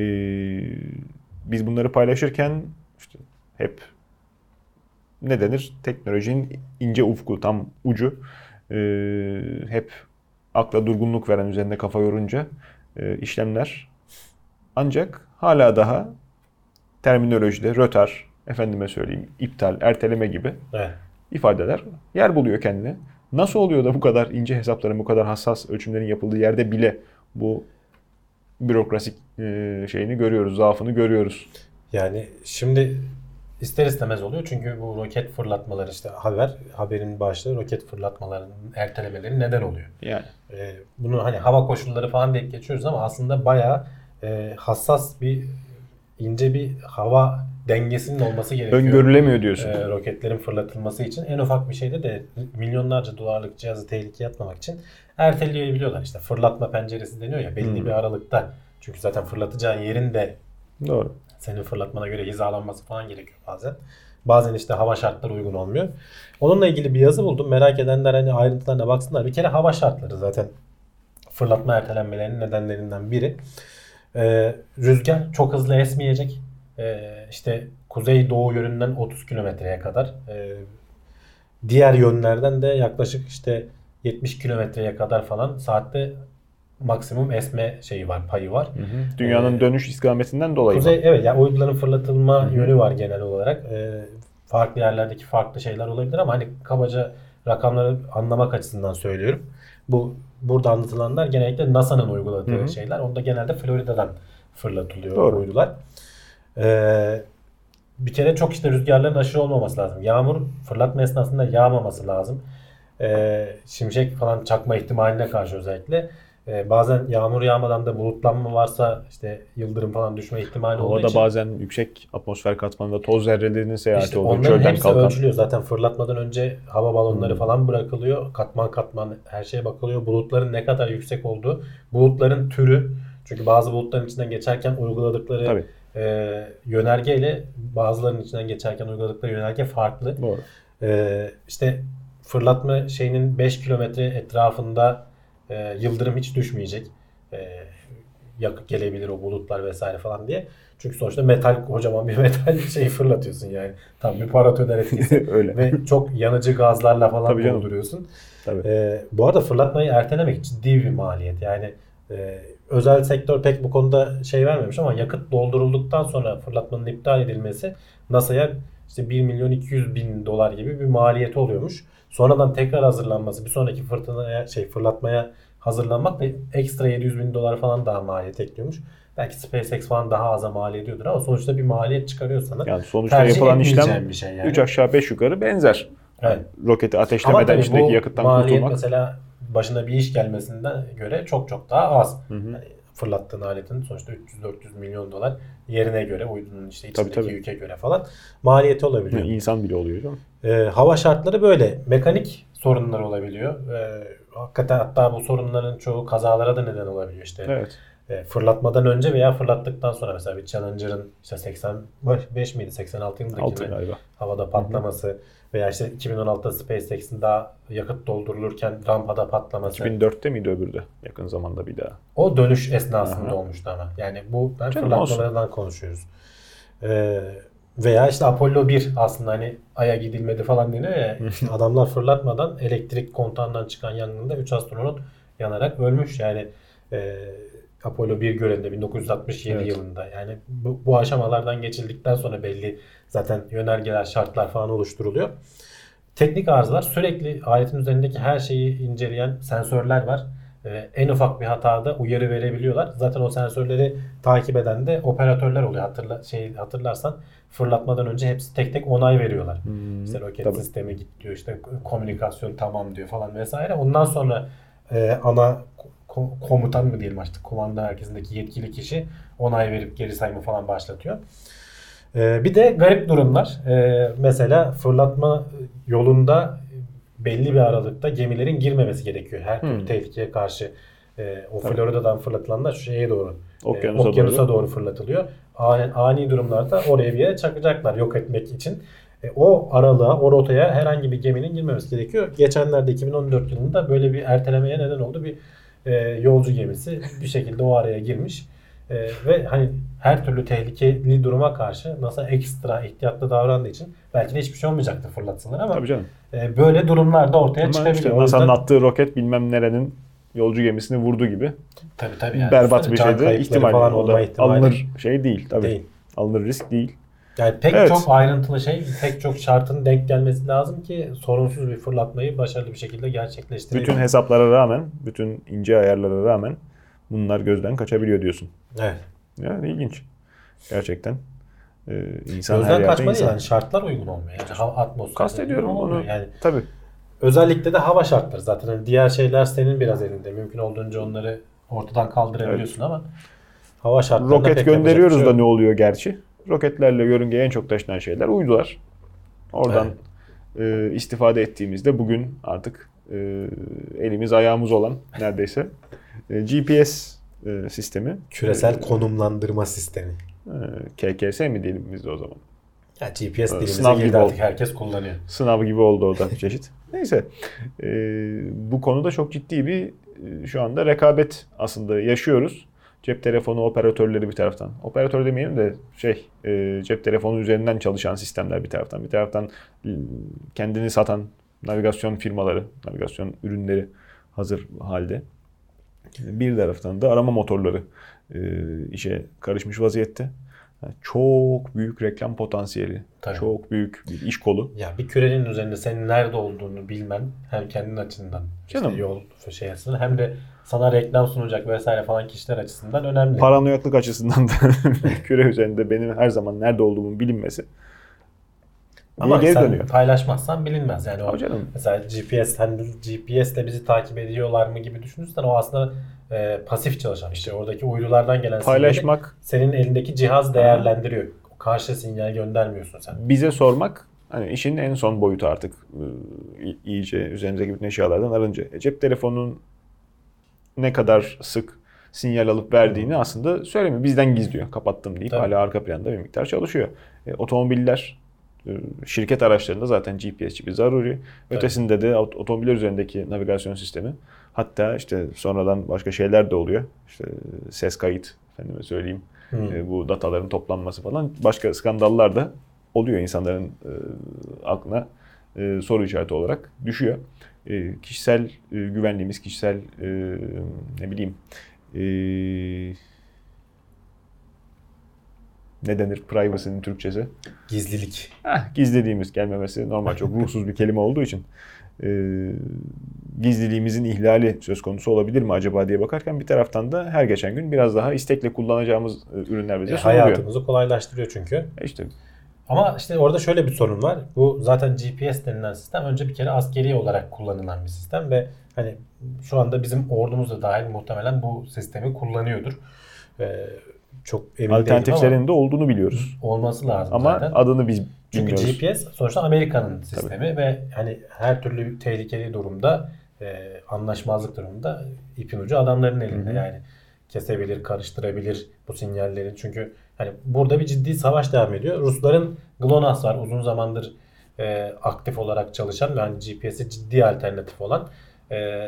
biz bunları paylaşırken işte hep ne denir? Teknolojinin ince ufku, tam ucu e, hep akla durgunluk veren, üzerinde kafa yorunca e, işlemler. Ancak hala daha terminolojide rötar, efendime söyleyeyim iptal, erteleme gibi Evet. ifadeler yer buluyor kendine. Nasıl oluyor da bu kadar ince hesapların, bu kadar hassas ölçümlerin yapıldığı yerde bile bu bürokrasik e, şeyini görüyoruz, zaafını görüyoruz. Yani şimdi ister istemez oluyor. Çünkü bu roket fırlatmaları, işte haber, haberin başlığı roket fırlatmalarının ertelemeleri neden oluyor. Yani Ee, bunu hani hava koşulları falan deyip geçiyoruz ama aslında bayağı e, hassas bir, ince bir hava dengesinin olması gerekiyor. öngörülemiyor diyorsun. E, roketlerin fırlatılması için en ufak bir şeyde de milyonlarca dolarlık cihazı tehlikeye atmamak için erteleyebiliyorlar. İşte fırlatma penceresi deniyor ya, belli Hmm. bir aralıkta. Çünkü zaten fırlatacağın yerin de Doğru. senin fırlatmana göre hizalanması falan gerekiyor bazen. Bazen işte hava şartları uygun olmuyor. Onunla ilgili bir yazı buldum. Merak edenler hani ayrıntılarına baksınlar. Bir kere hava şartları zaten fırlatma ertelenmelerinin nedenlerinden biri. Ee, rüzgar çok hızlı esmeyecek. Ee, işte kuzey doğu yönünden otuz kilometreye kadar. Ee, diğer yönlerden de yaklaşık işte yetmiş kilometreye kadar falan saatte maksimum esme şeyi var, payı var. Hı hı. Dünyanın Ee, dönüş istikametinden dolayı Kuzey, mı? evet, yani uyduların fırlatılma Hı hı. yönü var genel olarak. Ee, farklı yerlerdeki farklı şeyler olabilir ama hani kabaca rakamları anlamak açısından söylüyorum. Bu burada anlatılanlar genellikle NASA'nın uyguladığı Hı hı. şeyler. Onda genelde Florida'dan fırlatılıyor Doğru. uydular. Ee, bir kere çok işte rüzgarların aşırı olmaması lazım. Yağmur fırlatma esnasında yağmaması lazım. Ee, şimşek falan çakma ihtimaline karşı özellikle. Ee, bazen yağmur yağmadan da bulutlanma varsa işte yıldırım falan düşme ihtimali olduğu Havada için. bazen yüksek atmosfer katmanında toz zerrelerinin seyahati İşte oluyor. onların Çölden hepsi kalkan. ölçülüyor. Zaten fırlatmadan önce hava balonları Hmm. falan bırakılıyor. Katman katman her şeye bakılıyor. Bulutların ne kadar yüksek olduğu, bulutların türü. Çünkü bazı bulutların içinden geçerken uyguladıkları Tabii. e, yönerge ile bazılarının içinden geçerken uyguladıkları yönerge farklı. Doğru. E, işte fırlatma şeyinin beş kilometre etrafında e, yıldırım hiç düşmeyecek. E, yakıp gelebilir o bulutlar vesaire falan diye. Çünkü sonuçta metal, kocaman bir metal şeyi fırlatıyorsun yani. Tam bir paratöner etkisi. Öyle. Ve çok yanıcı gazlarla falan Tabii canım. dolduruyorsun. Tabii. Ee, bu arada fırlatmayı ertelemek ciddi bir maliyet. Yani e, özel sektör pek bu konuda şey vermemiş ama yakıt doldurulduktan sonra fırlatmanın iptal edilmesi NASA'ya işte bir milyon iki yüz bin dolar gibi bir maliyeti oluyormuş. Sonradan tekrar hazırlanması, bir sonraki fırtınaya şey fırlatmaya hazırlanmak ve ekstra yedi yüz bin dolar falan daha maliyet ekliyormuş. Belki SpaceX falan daha aza mal ediyordur ama sonuçta bir maliyet çıkarıyor sana. Yani sonuçta Tercih yapılan etmeyeceğin işlem bir şey yani. üç aşağı beş yukarı benzer. Evet. Roketi Ama ateşlemeden tabii içindeki bu yakıttan maliyet kurtulmak. mesela başına bir iş gelmesinden göre çok çok daha az. Hı hı. Yani fırlattığın aletin sonuçta üç yüz dört yüz milyon dolar yerine göre, uydunun işte içindeki Tabii, tabii. yüke göre falan maliyeti olabiliyor. İnsan bile oluyor değil mi? Ee, hava şartları böyle. Mekanik sorunlar olabiliyor. Ee, hakikaten hatta bu sorunların çoğu kazalara da neden olabiliyor. İşte Evet. e, fırlatmadan önce veya fırlattıktan sonra mesela bir Challenger'ın işte seksen beş miydi seksen altı yılındaki Altı mi? galiba. Havada patlaması veya işte iki bin on altıda SpaceX'in daha yakıt doldurulurken rampada patlaması. iki bin dörtte miydi öbürü de? Yakın zamanda bir daha. O dönüş esnasında Aha. olmuştu ama. Yani bu ben Canım fırlatmalardan konuşuyoruz. Ee, veya işte Apollo bir aslında hani Ay'a gidilmedi falan deniyor ya. İşte adamlar fırlatmadan elektrik kontağından çıkan yangında üç astronot yanarak ölmüş. Yani e, Apollo bir görevinde bin dokuz yüz altmış yedi Evet. yılında. Yani bu, bu aşamalardan geçildikten sonra belli zaten yönergeler, şartlar falan oluşturuluyor. Teknik arızalar, sürekli aletin üzerindeki her şeyi inceleyen sensörler var. Ee, en ufak bir hatada uyarı verebiliyorlar. Zaten o sensörleri takip eden de operatörler oluyor. Hatırla, şey hatırlarsan fırlatmadan önce hepsi tek tek onay veriyorlar. Hmm, İşte roket tabii. sistemi git diyor, işte komünikasyon tamam diyor falan vesaire. Ondan sonra e, ana ko- komutan mı diyelim artık, kumanda merkezindeki yetkili kişi onay verip geri sayımı falan başlatıyor. Ee, bir de garip durumlar. Ee, mesela fırlatma yolunda belli bir aralıkta gemilerin girmemesi gerekiyor. Her türlü Hmm. tehlikeye karşı. Ee, o Tabii. Florida'dan fırlatılanlar şu şeye doğru. Okyanusa e, okyanusa doğru. doğru fırlatılıyor. Ani, ani durumlarda oraya bir yere çakacaklar yok etmek için. E, o aralığa, o rotaya herhangi bir geminin girmemesi gerekiyor. Geçenlerde iki bin on dört yılında böyle bir ertelemeye neden oldu. Bir e, yolcu gemisi bir şekilde o araya girmiş. E, ve hani her türlü tehlikeli duruma karşı NASA ekstra ihtiyatlı davrandığı için belki de hiçbir şey olmayacaktı fırlatsalar ama Tabii canım. e, böyle durumlar da ortaya Ama çıkabiliyor. işte O NASA'nın yüzden- attığı roket bilmem nerenin yolcu gemisini vurdu gibi. tabii tabii yani. Berbat bir Can şeydi. kayıpları İhtimal. falan O da olma ihtimali alınır şey değil tabii. değil. Alınır risk değil. Yani pek Evet. çok ayrıntılı şey, pek çok şartın denk gelmesi lazım ki sorunsuz bir fırlatmayı başarılı bir şekilde gerçekleştirebiliriz. Bütün hesaplara rağmen, bütün ince ayarlara rağmen bunlar gözden kaçabiliyor diyorsun. Evet. Yani ilginç. Gerçekten. Ee, insan her Gözden yerde kaçma değil insan. yani, şartlar uygun olmuyor. Yani hava atmosferi Kastediyorum uygun olmuyor. onu. Yani Tabii. özellikle de hava şartları zaten. Hani diğer şeyler senin biraz elinde. Mümkün olduğunca onları ortadan kaldırabiliyorsun ama hava şartlarında Roket pek yapacak gönderiyoruz bir şey da yok. ne oluyor gerçi? Roketlerle yörüngeye en çok taşınan şeyler uydular. Oradan e, istifade ettiğimizde bugün artık e, elimiz ayağımız olan neredeyse e, G P S e, sistemi. Küresel E, konumlandırma sistemi. e, K K S mi diyelim biz de o zaman? Yani G P S dilimize Sınav girdi gibi artık, oldu. herkes kullanıyor. Sınav gibi oldu o da bir çeşit. Neyse. E, bu konuda çok ciddi bir e, şu anda rekabet aslında yaşıyoruz. Cep telefonu operatörleri bir taraftan. Operatör demeyelim de şey e, cep telefonu üzerinden çalışan sistemler bir taraftan. Bir taraftan e, kendini satan navigasyon firmaları, navigasyon ürünleri hazır halde. Bir taraftan da arama motorları e, işe karışmış vaziyette. Yani çok büyük reklam potansiyeli. Tabii. Çok büyük bir iş kolu. Ya bir kürenin üzerinde senin nerede olduğunu bilmen hem kendin açısından, Canım. işte yol şey açısından, hem de sana reklam sunacak vesaire falan kişiler açısından önemli. Paranoyaklık açısından da küre üzerinde benim her zaman nerede olduğumun bilinmesi Ama geri sen dönüyor. paylaşmazsan bilinmez. Yani o Tabii canım. mesela G P S, hani G P S ile bizi takip ediyorlar mı gibi düşünürsen o aslında e, pasif çalışan, işte oradaki uydulardan gelen Paylaşmak, sinyali senin elindeki cihaz değerlendiriyor. Karşı sinyal göndermiyorsun sen. bize sormak hani işin en son boyutu artık e, iyice üzerimizdeki bütün eşyalardan arınca. E, cep telefonunun ne kadar sık sinyal alıp verdiğini aslında söylemiyor. Bizden gizliyor. Kapattım deyip Tabii. hala arka planda bir miktar çalışıyor. E, otomobiller, e, şirket araçlarında zaten G P S çipi zaruri. Ötesinde de ot- otomobiller üzerindeki navigasyon sistemi. Hatta işte sonradan başka şeyler de oluyor. İşte ses kayıt, efendime söyleyeyim. Hmm. E, bu dataların toplanması falan. Başka skandallar da oluyor, insanların e, aklına e, soru işareti olarak düşüyor. E, kişisel e, güvenliğimiz, kişisel e, ne bileyim e, ne denir privacy'nin Türkçesi? Gizlilik. Heh, gizlediğimiz gelmemesi normal, çok ruhsuz bir kelime olduğu için e, gizliliğimizin ihlali söz konusu olabilir mi acaba diye bakarken bir taraftan da her geçen gün biraz daha istekle kullanacağımız e, ürünler bize E, sunuluyor. hayatımızı kolaylaştırıyor çünkü. E işte Ama işte orada şöyle bir sorun var. Bu zaten G P S denilen sistem önce bir kere askeri olarak kullanılan bir sistem ve hani şu anda bizim ordumuz da dahil muhtemelen bu sistemi kullanıyordur. Ee, çok emin değilim Alternatiflerinin de olduğunu biliyoruz. ama olması lazım Ama zaten. adını biz Çünkü bilmiyoruz. G P S sonuçta Amerika'nın sistemi Tabii. ve hani her türlü tehlikeli durumda, e, anlaşmazlık durumunda ipin ucu adamların elinde. Hı hı. Yani kesebilir, karıştırabilir bu sinyalleri. Çünkü hani burada bir ciddi savaş devam ediyor. Rusların GLONASS var. Uzun zamandır e, aktif olarak çalışan ve hani G P S'e ciddi alternatif olan e,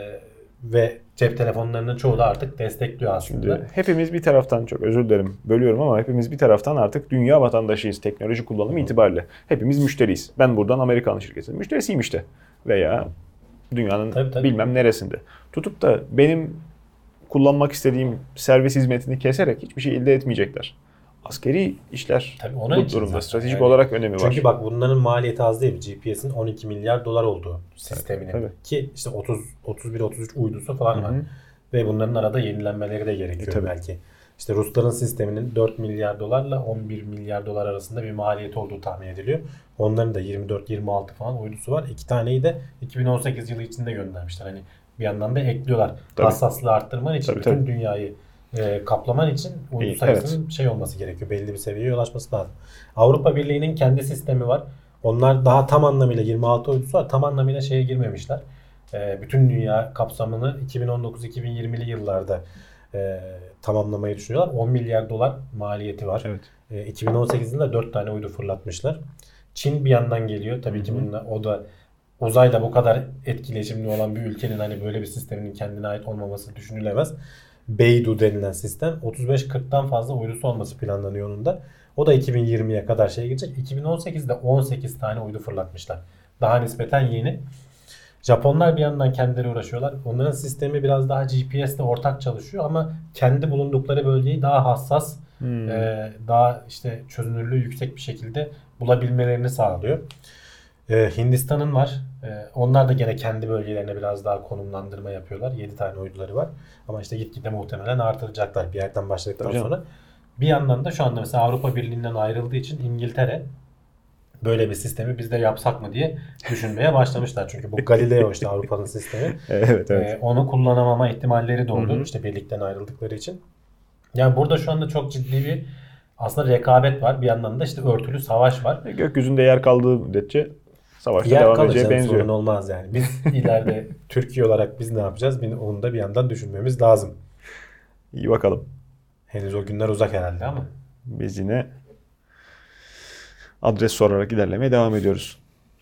ve cep telefonlarının çoğu da artık destekliyor aslında. Şimdi hepimiz bir taraftan, çok özür dilerim bölüyorum ama hepimiz bir taraftan artık dünya vatandaşıyız teknoloji kullanımı Hı. itibariyle. Hepimiz müşteriyiz. Ben buradan Amerikan şirketinin müşterisiyim işte. Veya dünyanın tabii, tabii. bilmem neresinde. Tutup da benim kullanmak istediğim servis hizmetini keserek hiçbir şey elde etmeyecekler. Askeri işler Tabii bu durumda zaten. stratejik yani, olarak önemi çünkü var. Çünkü bak bunların maliyeti az değil. G P S'in on iki milyar dolar olduğu sisteminin. Tabii, tabii. Ki işte otuz, otuz bir, otuz üç uydusu falan Hı-hı. var. Ve bunların arada yenilenmeleri de gerekiyor e, belki. İşte Rusların sisteminin dört milyar dolarla on bir milyar dolar arasında bir maliyeti olduğu tahmin ediliyor. Onların da yirmi dört yirmi altı falan uydusu var. İki taneyi de iki bin on sekiz yılı içinde göndermişler. Hani bir yandan da ekliyorlar. Tabii. Hassaslığı arttırman için tabii, bütün tabii. dünyayı e, kaplaman için uydu sayısının evet. şey olması gerekiyor. Belli bir seviyeye ulaşması lazım. Avrupa Birliği'nin kendi sistemi var. Onlar daha tam anlamıyla yirmi altı uydusu var. Tam anlamıyla şeye girmemişler. E, bütün dünya kapsamını iki bin on dokuz iki bin yirmili yıllarda e, tamamlamayı düşünüyorlar. on milyar dolar maliyeti var. Evet. E, iki bin on sekiz yılında dört tane uydu fırlatmışlar. Çin bir yandan geliyor. Tabii Hı-hı. ki bununla, o da uzayda bu kadar etkileşimli olan bir ülkenin hani böyle bir sisteminin kendine ait olmaması düşünülemez. Beidou denilen sistem otuz beş kırktan fazla uydusu olması planlanıyor onun da. O da iki bin yirmiye kadar şeye girecek. iki bin on sekizde on sekiz tane uydu fırlatmışlar. Daha nispeten yeni. Japonlar bir yandan kendileri uğraşıyorlar. Onların sistemi biraz daha G P S'le ortak çalışıyor ama kendi bulundukları bölgeyi daha hassas, hmm. e, daha işte çözünürlüğü yüksek bir şekilde bulabilmelerini sağlıyor. Ee, Hindistan'ın var. Ee, onlar da gene kendi bölgelerine biraz daha konumlandırma yapıyorlar. yedi tane uyduları var. Ama işte gitgide muhtemelen artıracaklar bir yerden başladıktan Tabii sonra. Canım. Bir yandan da şu anda mesela Avrupa Birliği'nden ayrıldığı için İngiltere böyle bir sistemi biz de yapsak mı diye düşünmeye başlamışlar. Çünkü bu Galileo işte Avrupa'nın sistemi. evet, evet. Ee, onu kullanamama ihtimalleri doğdu. Hı-hı. İşte birlikten ayrıldıkları için. Yani burada şu anda çok ciddi bir aslında rekabet var. Bir yandan da işte örtülü savaş var. Gökyüzünde yer kaldığı müddetçe savaşta yer devam edeceğe benziyor. Sorun olmaz yani. Biz ileride Türkiye olarak biz ne yapacağız? Onu da bir yandan düşünmemiz lazım. İyi bakalım. Henüz o günler uzak herhalde ama. Biz yine adres sorarak ilerlemeye devam ediyoruz.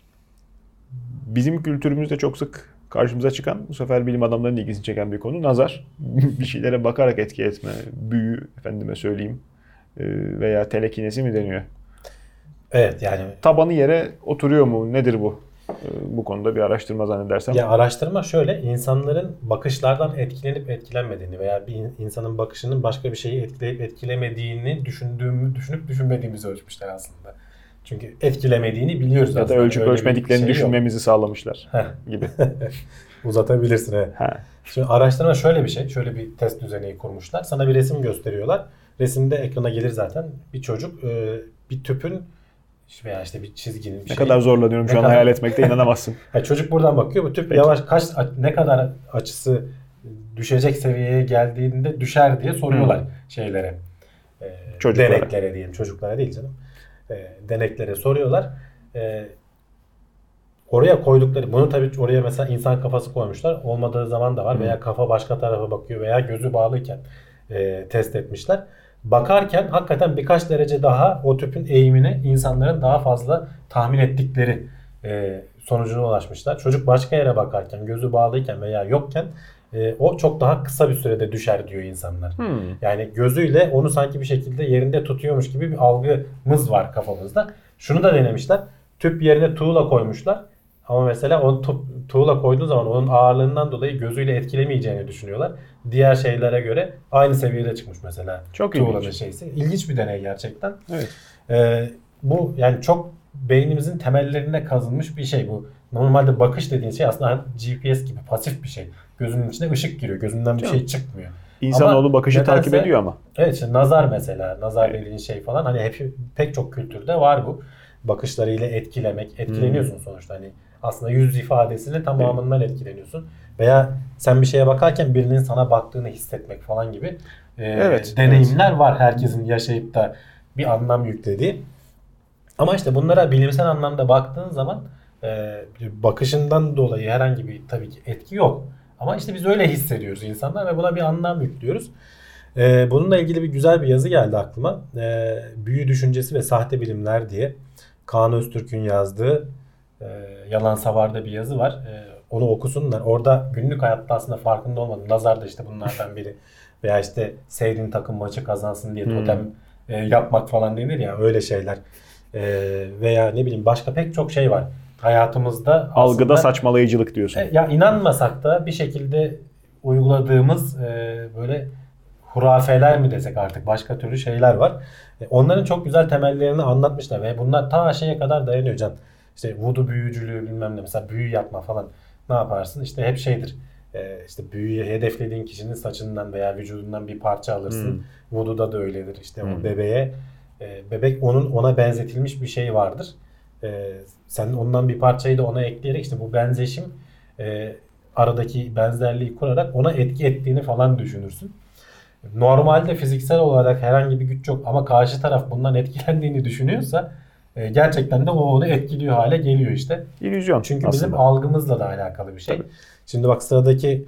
Bizim kültürümüzde çok sık karşımıza çıkan, bu sefer bilim adamlarının ilgisini çeken bir konu nazar. Bir şeylere bakarak etki etme, büyü efendime söyleyeyim veya telekinesi mi deniyor? Evet yani. Tabanı yere oturuyor mu? Nedir bu? Bu konuda bir araştırma zannedersem. Ya araştırma şöyle, insanların bakışlardan etkilenip etkilenmediğini veya bir insanın bakışının başka bir şeyi etkileyip etkilemediğini düşündüğümü, düşünüp düşünmediğimizi ölçmüşler aslında. Çünkü etkilemediğini biliyoruz ya aslında. Ya da ölçüp ölçmediklerini şey düşünmemizi yok. Sağlamışlar gibi. Uzatabilirsin evet. He. Şimdi araştırma şöyle bir şey, şöyle bir test düzeneği kurmuşlar. Sana bir resim gösteriyorlar. Resimde ekrana gelir zaten bir çocuk bir tüpün veya işte bir çizginin bir ne şey. kadar zorlanıyorum ne şu kadar... an hayal etmekte inanamazsın. Yani çocuk buradan bakıyor. Bu tüp Peki. yavaş kaç ne kadar açısı düşecek seviyeye geldiğinde düşer diye soruyorlar hmm. şeylere. E, deneklere diyelim. Çocuklara değil canım. E, deneklere soruyorlar. E, oraya koydukları bunu tabii oraya mesela insan kafası koymuşlar. Olmadığı zaman da var hmm. veya kafa başka tarafa bakıyor veya gözü bağlıyken e, test etmişler. Bakarken hakikaten birkaç derece daha o tüpün eğimine insanların daha fazla tahmin ettikleri e, sonucuna ulaşmışlar. Çocuk başka yere bakarken, gözü bağlıyken veya yokken e, o çok daha kısa bir sürede düşer diyor insanlar. Hmm. Yani gözüyle onu sanki bir şekilde yerinde tutuyormuş gibi bir algımız var kafamızda. Şunu da denemişler. Tüp yerine tuğla koymuşlar. Ama mesela onu tuğla koyduğu zaman onun ağırlığından dolayı gözüyle etkilemeyeceğini düşünüyorlar. Diğer şeylere göre aynı seviyede çıkmış mesela. Çok tuğlanın ilginç. Şeysi. İlginç bir deney gerçekten. Evet. Ee, bu yani çok beynimizin temellerine kazınmış bir şey bu. Normalde bakış dediğin şey aslında G P S gibi pasif bir şey. Gözünün içine ışık giriyor. Gözünden bir şey çıkmıyor. İnsanoğlu bakışı nedense, takip ediyor ama. Evet işte nazar mesela. Nazar dediğin şey falan. Hani hep pek çok kültürde var bu. bakışlarıyla etkilemek. Etkileniyorsun hmm. sonuçta. Hani aslında yüz ifadesini tamamından etkileniyorsun. Veya sen bir şeye bakarken birinin sana baktığını hissetmek falan gibi e, evet, deneyimler evet. var. Herkesin yaşayıp da bir anlam yüklediği. Ama işte bunlara bilimsel anlamda baktığın zaman e, bakışından dolayı herhangi bir tabii ki etki yok. Ama işte biz öyle hissediyoruz insanlar ve buna bir anlam yüklüyoruz. E, bununla ilgili bir güzel bir yazı geldi aklıma. E, Büyü Düşüncesi ve Sahte Bilimler diye Kaan Öztürk'ün yazdığı e, Yalan Savar'da bir yazı var. E, onu okusunlar. Orada günlük hayatta aslında farkında olmadım. Nazar da işte bunlardan biri. Veya işte sevdiğin takım maçı kazansın diye totem hmm. e, yapmak falan denir ya, öyle şeyler. E, veya ne bileyim başka pek çok şey var. Hayatımızda algıda aslında, saçmalayıcılık diyorsun. E, ya inanmasak da bir şekilde uyguladığımız e, böyle hurafeler mi desek artık, başka türlü şeyler var. E, onların çok güzel temellerini anlatmışlar ve bunlar ta şeye kadar dayanıyor can. İşte voodoo büyücülüğü bilmem ne, mesela büyü yapma falan ne yaparsın? İşte hep şeydir. E, işte büyüyü hedeflediğin kişinin saçından veya vücudundan bir parça alırsın. Hmm. Voodoo'da da öyledir. İşte hmm. o bebeğe e, bebek onun ona benzetilmiş bir şey vardır. E, sen ondan bir parçayı da ona ekleyerek işte bu benzeşim e, aradaki benzerliği kurarak ona etki ettiğini falan düşünürsün. Normalde fiziksel olarak herhangi bir güç yok ama karşı taraf bundan etkilendiğini düşünüyorsa e, gerçekten de o onu etkiliyor hale geliyor işte. İllüzyon Çünkü aslında. bizim algımızla da alakalı bir şey. Tabii. Şimdi bak sıradaki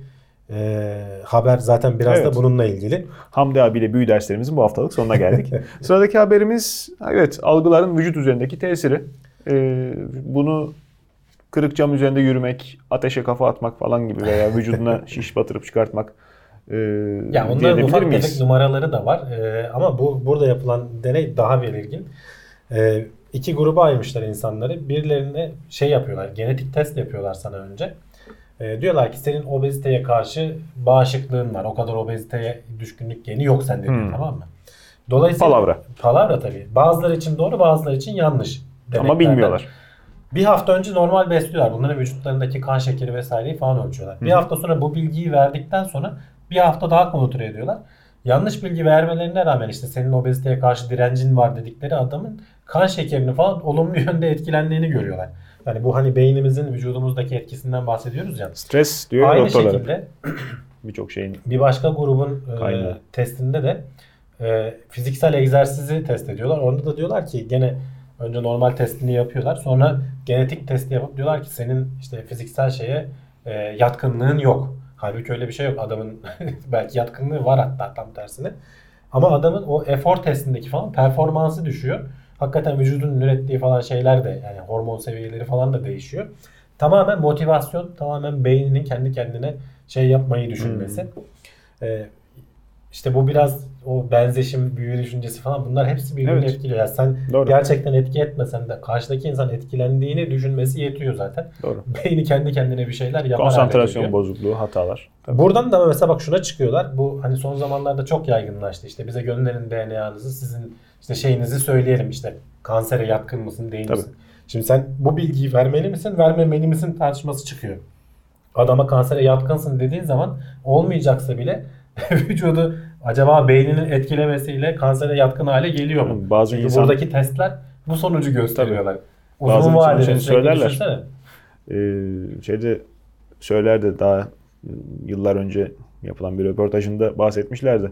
e, haber zaten biraz evet. da bununla ilgili. Hamdi abiyle büyü derslerimizin bu haftalık sonuna geldik. Sıradaki haberimiz evet algıların vücut üzerindeki tesiri. E, bunu kırık cam üzerinde yürümek, ateşe kafa atmak falan gibi veya vücuduna şiş batırıp çıkartmak. Ee, ya onların ufak tefek numaraları da var ee, ama bu burada yapılan deney daha belirgin. Ee, iki gruba ayırmışlar insanları. Birilerine şey yapıyorlar, genetik test yapıyorlar sana önce. Ee, diyorlar ki senin obeziteye karşı bağışıklığın var. O kadar obeziteye düşkünlük geni yok sende diyor, hmm. tamam mı? Dolayısıyla palavra. Palavra tabii. Bazıları için doğru, bazıları için yanlış. Ama bilmiyorlar. Bir hafta önce normal besliyorlar. Bunların vücutlarındaki kan şekeri vesaireyi falan ölçüyorlar. Hı. Bir hafta sonra bu bilgiyi verdikten sonra bir hafta daha kontrol ediyorlar. Yanlış bilgi vermelerine rağmen işte senin obeziteye karşı direncin var dedikleri adamın kan şekerini falan olumlu yönde etkilendiğini görüyorlar. Yani bu hani beynimizin vücudumuzdaki etkisinden bahsediyoruz ya. Stres diyor aynı doktorlar. şekilde birçok şeyin bir başka grubun e, testinde de e, fiziksel egzersizi test ediyorlar. Orada da diyorlar ki gene önce normal testini yapıyorlar. Sonra genetik testi yapıp diyorlar ki senin işte fiziksel şeye e, yatkınlığın yok. Halbuki öyle bir şey yok. Adamın belki yatkınlığı var hatta tam tersine. Ama adamın o efor testindeki falan performansı düşüyor. Hakikaten vücudun ürettiği falan şeyler de yani hormon seviyeleri falan da değişiyor. Tamamen motivasyon, tamamen beyninin kendi kendine şey yapmayı düşünmesi. Hmm. Ee, işte bu biraz o benzeşim, büyü düşüncesi falan bunlar hepsi birbirini evet. etkiliyor. Yani sen Doğru. gerçekten etki etmesen de karşıdaki insan etkilendiğini düşünmesi yetiyor zaten. Doğru. Beyni kendi kendine bir şeyler yapar. Konsantrasyon bozukluğu, hatalar. Tabii. Buradan da mesela bak şuna çıkıyorlar. Bu hani son zamanlarda çok yaygınlaştı. İşte bize gönderin D N A'nızı, sizin işte şeyinizi söyleyelim, işte kansere yatkın mısın, değil misin? Şimdi sen bu bilgiyi vermeli misin, vermemeli misin tartışması çıkıyor. Adama kansere yatkınsın dediğin zaman olmayacaksa bile vücudu acaba beyninin etkilemesiyle kansere yatkın hale geliyor mu? Bazı Çünkü insan... buradaki testler bu sonucu gösteriyorlar. Tabii. Uzun vadede söylerler. Ee, şeyde söyler de daha yıllar önce yapılan bir röportajında bahsetmişlerdi.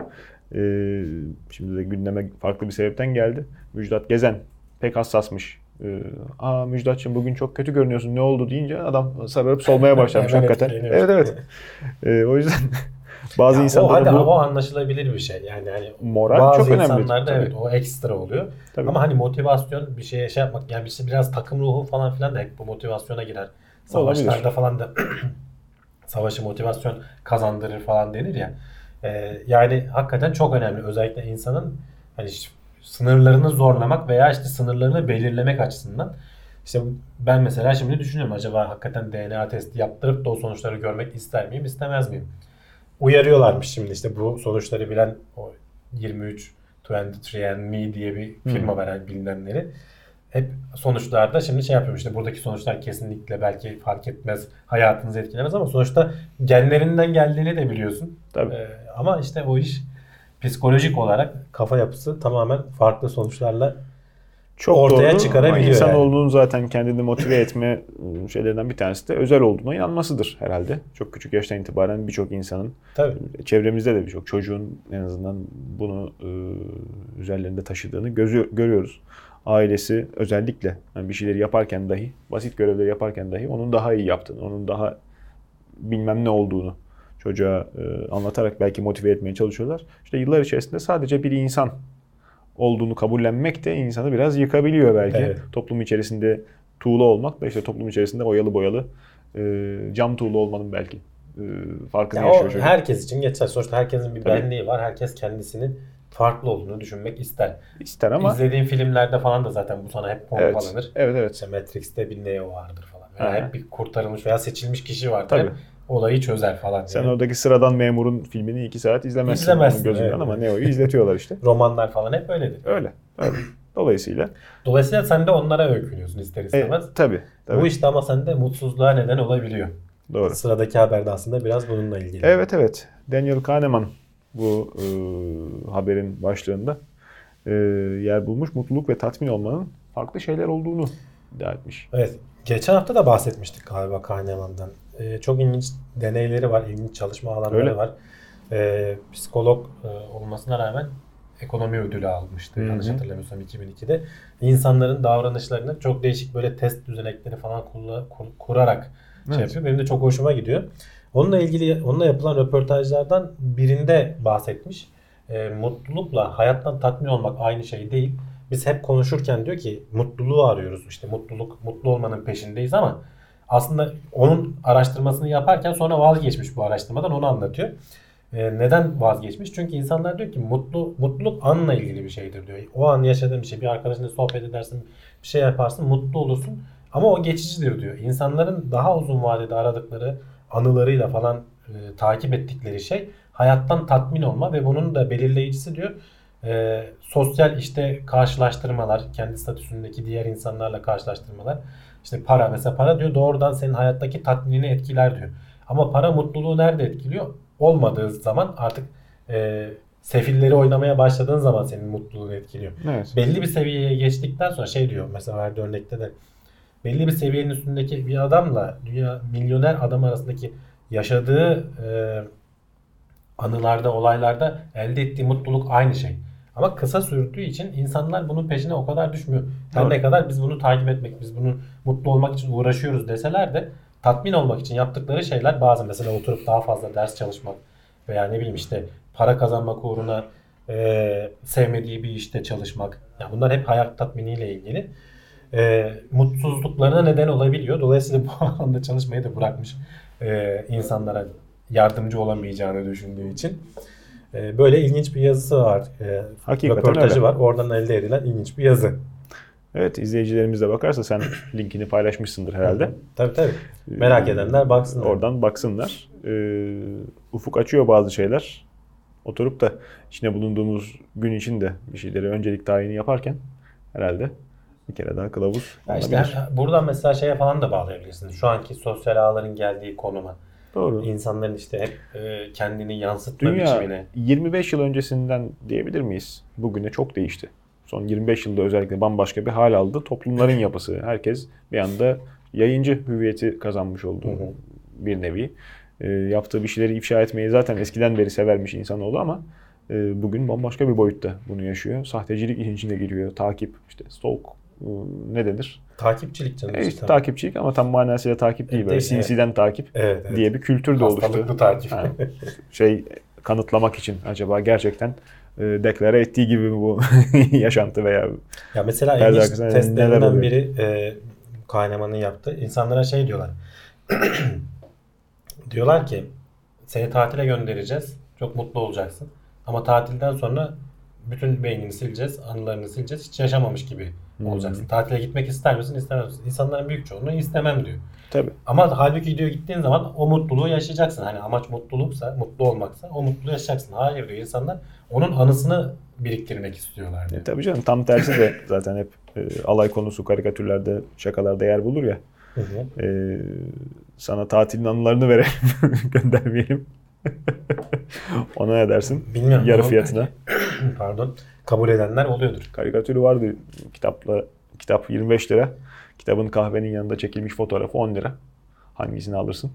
Ee, şimdi de gündeme farklı bir sebepten geldi. Müjdat Gezen pek hassasmış. Ee, Aa Müjdat'cığım bugün çok kötü görünüyorsun, ne oldu deyince adam sararıp solmaya başlamış hakikaten. Evet evet. Ee, o yüzden bazı insanlar bu o anlaşılabilir bir şey. Yani hani moral bazı çok önemli. insanlarda evet o ekstra oluyor. Tabii. Ama hani motivasyon bir şeye şey yapmak, yani işte biraz takım ruhu falan filan da hep bu motivasyona girer. Savaşlarda olabilir. Falan da savaşı motivasyon kazandırır falan denir ya. Ee, yani hakikaten çok önemli. Özellikle insanın hani sınırlarını zorlamak veya işte sınırlarını belirlemek açısından. İşte ben mesela şimdi düşünüyorum, acaba hakikaten D N A testi yaptırıp da o sonuçları görmek ister miyim, istemez miyim? Uyarıyorlarmış şimdi işte bu sonuçları bilen o yirmi üç yirmi üç and Me diye bir firma var yani bilinenleri. Hep sonuçlarda şimdi şey yapıyorum, işte buradaki sonuçlar kesinlikle belki fark etmez, hayatınızı etkilemez ama sonuçta genlerinden geldiğini de biliyorsun. Tabii. Ee, ama işte o iş psikolojik olarak kafa yapısı tamamen farklı sonuçlarla Çok ortaya doğru. çıkarabiliyor Ama insanoğlunun yani. zaten kendini motive etme şeylerinden bir tanesi de özel olduğuna inanmasıdır herhalde. Çok küçük yaştan itibaren birçok insanın, Tabii. çevremizde de birçok çocuğun en azından bunu e, üzerlerinde taşıdığını gözü, görüyoruz. Ailesi özellikle yani bir şeyleri yaparken dahi, basit görevleri yaparken dahi onun daha iyi yaptığını, onun daha bilmem ne olduğunu çocuğa e, anlatarak belki motive etmeye çalışıyorlar. İşte yıllar içerisinde sadece bir insan olduğunu kabullenmek de insanı biraz yıkabiliyor belki. Evet. Toplum içerisinde tuğla olmak da işte toplum içerisinde oyalı boyalı e, cam tuğla olmanın belki e, farkını Ya yaşıyor o çocuk. herkes için geçer. Sonuçta herkesin bir Tabii. benliği var. Herkes kendisinin farklı olduğunu düşünmek ister. İster ama İzlediğin filmlerde falan da zaten bu sana hep evet, pompalanır. evet, evet. İşte Matrix'te bir Neo vardır falan. Veya Ha. hep bir kurtarılmış veya seçilmiş kişi vardır. Tabii. Hep olayı çözer falan. Sen diye. oradaki sıradan memurun filmini iki saat izlemezsin, İzlemezsin, onun gözünden evet. ama Neo'yu izletiyorlar işte. Romanlar falan hep öyledir. Öyle. öyle. Dolayısıyla Dolayısıyla sen de onlara öykünüyorsun ister e, istemez. tabii, tabii. Bu işte ama sende mutsuzluğa neden olabiliyor. Doğru. Sıradaki haberde aslında biraz bununla ilgili. Evet evet. Daniel Kahneman bu e, haberin başlığında e, yer bulmuş. Mutluluk ve tatmin olmanın farklı şeyler olduğunu iddia etmiş. Evet. Geçen hafta da bahsetmiştik galiba Kahneman'dan. Ee, çok ilginç deneyleri var, ilginç çalışma alanları Öyle. var. Ee, psikolog e, olmasına rağmen ekonomi ödülü almıştı. Hı hı. Yanlış hatırlamıyorsam iki bin ikide. İnsanların davranışlarını çok değişik böyle test düzenekleri falan kurla- kur- kurarak şey Evet. yapıyor. Benim de çok hoşuma gidiyor. Onunla ilgili onunla yapılan röportajlardan birinde bahsetmiş. Ee, mutlulukla hayattan tatmin olmak aynı şey değil. Biz hep konuşurken diyor ki mutluluğu arıyoruz. İşte mutluluk, mutlu olmanın peşindeyiz ama aslında onun araştırmasını yaparken sonra vazgeçmiş bu araştırmadan, onu anlatıyor. Ee, neden vazgeçmiş? Çünkü insanlar diyor ki mutlu mutluluk anla ilgili bir şeydir diyor. O an yaşadığın bir şey, bir arkadaşınla sohbet edersin, bir şey yaparsın, mutlu olursun. Ama o geçicidir diyor. İnsanların daha uzun vadede aradıkları, anılarıyla falan e, takip ettikleri şey hayattan tatmin olma ve bunun da belirleyicisi diyor e, sosyal işte karşılaştırmalar, kendi statüsündeki diğer insanlarla karşılaştırmalar. İşte para, mesela para diyor doğrudan senin hayattaki tatminini etkiler diyor. Ama para mutluluğu nerede etkiliyor? Olmadığı zaman artık e, sefilleri oynamaya başladığın zaman senin mutluluğunu etkiliyor. Evet. Belli bir seviyeye geçtikten sonra şey diyor mesela verdiği örnekte de belli bir seviyenin üstündeki bir adamla dünya milyoner adam arasındaki yaşadığı e, anılarda, olaylarda elde ettiği mutluluk aynı şey. Ama kısa sürdüğü için insanlar bunun peşine o kadar düşmüyor. Her Doğru. ne kadar biz bunu takip etmek, biz bunu mutlu olmak için uğraşıyoruz deseler de tatmin olmak için yaptıkları şeyler bazen mesela oturup daha fazla ders çalışmak veya ne bileyim işte para kazanmak uğruna e, sevmediği bir işte çalışmak. Yani bunlar hep hayat tatminiyle ilgili. E, mutsuzluklarına neden olabiliyor. Dolayısıyla bu alanda çalışmayı da bırakmış e, insanlara yardımcı olamayacağını düşündüğü için. E, böyle ilginç bir yazısı var. E, Hakikaten röportajı öyle. var. Oradan elde edilen ilginç bir yazı. Evet, izleyicilerimiz de bakarsa sen linkini paylaşmışsındır herhalde. Tabii tabii. Merak edenler baksınlar. Oradan baksınlar. Ee, ufuk açıyor bazı şeyler. Oturup da içine bulunduğumuz gün için de bir şeyleri öncelik tayini yaparken herhalde bir kere daha kılavuz Ya işte olabilir. buradan mesela şeye falan da bağlayabilirsiniz. Şu anki sosyal ağların geldiği konuma. Doğru. İnsanların işte hep e, kendini yansıtma Dünya biçimine. yirmi beş yıl öncesinden diyebilir miyiz? Bugüne çok değişti. Son yirmi beş yılda özellikle bambaşka bir hal aldı. Toplumların yapısı. Herkes bir anda yayıncı hüviyeti kazanmış oldu Hı hı. bir nevi. E, yaptığı bir şeyleri ifşa etmeyi zaten eskiden beri severmiş insanoğlu ama e, bugün bambaşka bir boyutta bunu yaşıyor. Sahtecilik işin içine giriyor. Takip, işte stalk e, ne denir? Takipçilik canım. E, işte. işte takipçilik ama tam manasıyla takip değil. Evet, Böyle evet. sinsiden takip Evet, evet. diye bir kültür de oluştu. Hastalıklı takip. Ha, şey kanıtlamak için acaba gerçekten e, deklare ettiği gibi mi bu yaşantı veya Ya mesela Perde ilginç arkasında neler testlerinden oluyor? biri e, Kahneman'ın yaptığı. İnsanlara şey diyorlar. Diyorlar ki seni tatile göndereceğiz. Çok mutlu olacaksın. Ama tatilden sonra bütün beynini sileceğiz, anılarını sileceğiz. Hiç yaşamamış gibi olacaksın. Tatile gitmek ister misin, istemez misin? İnsanların büyük çoğunluğu istemem diyor. tabii. Ama halbuki diyor gittiğin zaman o mutluluğu yaşayacaksın. Hani amaç mutluluksa, mutlu olmaksa o mutluluğu yaşayacaksın. Hayır diyor, insanlar onun anısını biriktirmek istiyorlar diyor. E, tabii canım, tam tersi de zaten hep e, alay konusu karikatürlerde, şakalarda yer bulur ya. Hı hı. E, sana tatilin anılarını verelim, göndermeyelim. Ona ne dersin? Bilmiyorum. Yarı Ama- fiyatına. Pardon. Kabul edenler oluyordur. Karikatürü vardı kitapla. Kitap yirmi beş lira. Kitabın kahvenin yanında çekilmiş fotoğrafı on lira. Hangisini alırsın?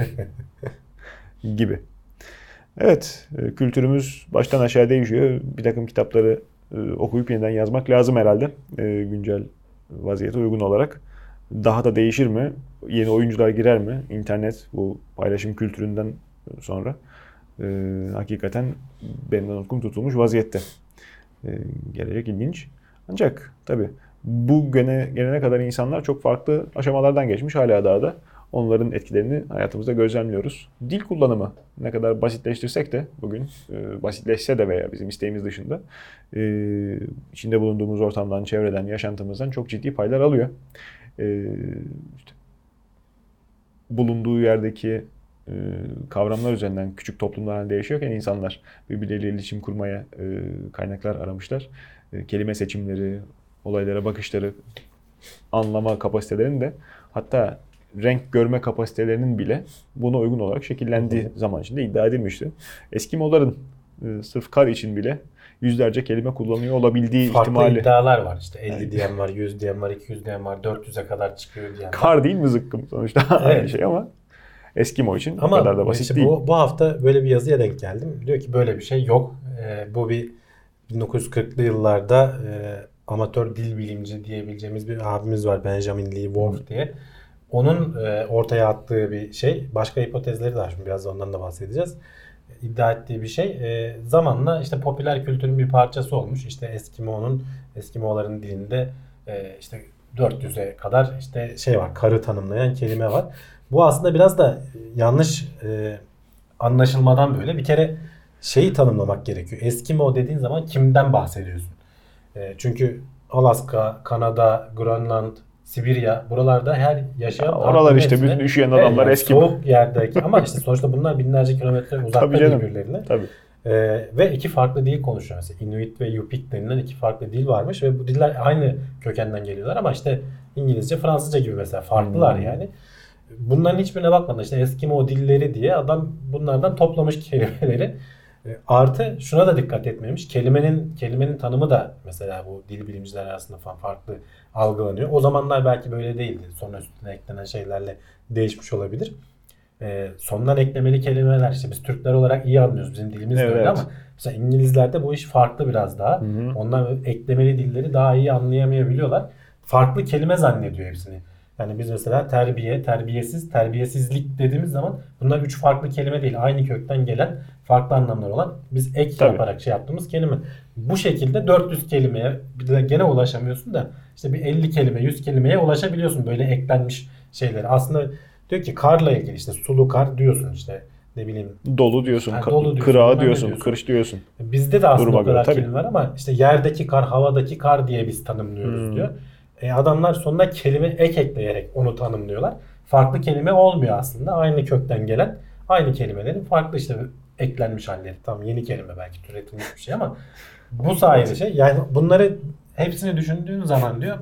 Gibi. Evet, e, kültürümüz baştan aşağı değişiyor. Bir takım kitapları e, okuyup yeniden yazmak lazım herhalde. E, güncel vaziyete uygun olarak. Daha da değişir mi? Yeni oyuncular girer mi? İnternet bu paylaşım kültüründen sonra e, hakikaten benden utkum tutulmuş vaziyette. E, gelecek ilginç. Ancak tabii bu güne gelene kadar insanlar çok farklı aşamalardan geçmiş, hala daha da onların etkilerini hayatımızda gözlemliyoruz. Dil kullanımı ne kadar basitleştirsek de bugün e, basitleşse de veya bizim isteğimiz dışında e, içinde bulunduğumuz ortamdan, çevreden, yaşantımızdan çok ciddi paylar alıyor. E, işte, bulunduğu yerdeki e, kavramlar üzerinden küçük toplumlar halinde yaşıyorken insanlar birbirleriyle iletişim kurmaya e, kaynaklar aramışlar. E, kelime seçimleri, olaylara bakışları, anlama kapasitelerinin de, hatta renk görme kapasitelerinin bile buna uygun olarak şekillendiği hı hı. zaman içinde iddia edilmişti. Eskimoların e, sırf kar için bile yüzlerce kelime kullanıyor olabildiği farklı ihtimali. Farklı iddialar var. İşte elli yani. Diyen var, yüz diyen var, iki yüz diyen var, dört yüze kadar çıkıyor diyen var. Kar değil mi zıkkım sonuçta? Evet. Aynı şey ama Eskimo için ama o kadar da basit işte değil. Bu, bu hafta böyle bir yazıya denk geldim. Diyor ki böyle bir şey yok. Ee, bu bir bin dokuz yüz kırklı yıllarda e, amatör dil bilimci diyebileceğimiz bir abimiz var, Benjamin Lee Whorf diye. Onun e, ortaya attığı bir şey. Başka hipotezleri de var. Şimdi biraz da ondan da bahsedeceğiz. İddia ettiği bir şey. E, zamanla işte popüler kültürün bir parçası olmuş. İşte Eskimo'nun, Eskimo'ların dilinde e, işte dört yüze kadar işte şey var. Karı tanımlayan kelime var. Bu aslında biraz da yanlış e, anlaşılmadan böyle. Bir kere şeyi tanımlamak gerekiyor. Eskimo dediğin zaman kimden bahsediyorsun? E, çünkü Alaska, Kanada, Grönland, Sibirya, buralarda her yaşayan... Ya oralar işte hepsine, bütün üşüyen adamlar evet, yani Eskimo. Soğuk yerdeki ama işte sonuçta bunlar binlerce kilometre uzakta birbirlerine. Tabii. Ee, ve iki farklı dil konuşuyor. Mesela Inuit ve Yupik denilen iki farklı dil varmış ve bu diller aynı kökenden geliyorlar ama işte İngilizce, Fransızca gibi mesela farklılar hmm. yani. Bunların hiçbirine bakmadan işte Eskimo dilleri diye adam bunlardan toplamış kelimeleri. Artı şuna da dikkat etmemiş. Kelimenin kelimenin tanımı da mesela bu dil bilimciler arasında falan farklı algılanıyor. O zamanlar belki böyle değildi. Sonra üstüne eklenen şeylerle değişmiş olabilir. Ee, sondan eklemeli kelimeler işte biz Türkler olarak iyi anlıyoruz. Bizim dilimiz evet. de öyle ama mesela İngilizlerde bu iş farklı biraz daha. Hı hı. Onlar eklemeli dilleri daha iyi anlayamayabiliyorlar. Farklı kelime zannediyor hepsini. Yani biz mesela terbiye, terbiyesiz, terbiyesizlik dediğimiz zaman bunlar üç farklı kelime değil. Aynı kökten gelen farklı anlamlar olan biz ek Tabii. yaparak şey yaptığımız kelime. Bu şekilde dört yüz kelimeye bir de gene ulaşamıyorsun da işte bir elli kelime, yüz kelimeye ulaşabiliyorsun böyle eklenmiş şeyleri. Aslında diyor ki karla ilgili işte sulu kar diyorsun işte ne bileyim. Dolu diyorsun, yani dolu diyorsun kırağı diyorsun, diyorsun, kırış diyorsun. Bizde de aslında o kadar kelime var ama işte yerdeki kar, havadaki kar diye biz tanımlıyoruz hmm. diyor. E adamlar sonuna kelime ek ekleyerek onu tanımlıyorlar. Farklı kelime olmuyor aslında. Aynı kökten gelen aynı kelimelerin farklı işte eklenmiş halleri. Tam yeni kelime belki türetilmiş bir şey ama bu sayede şey yani bunları hepsini düşündüğün zaman diyor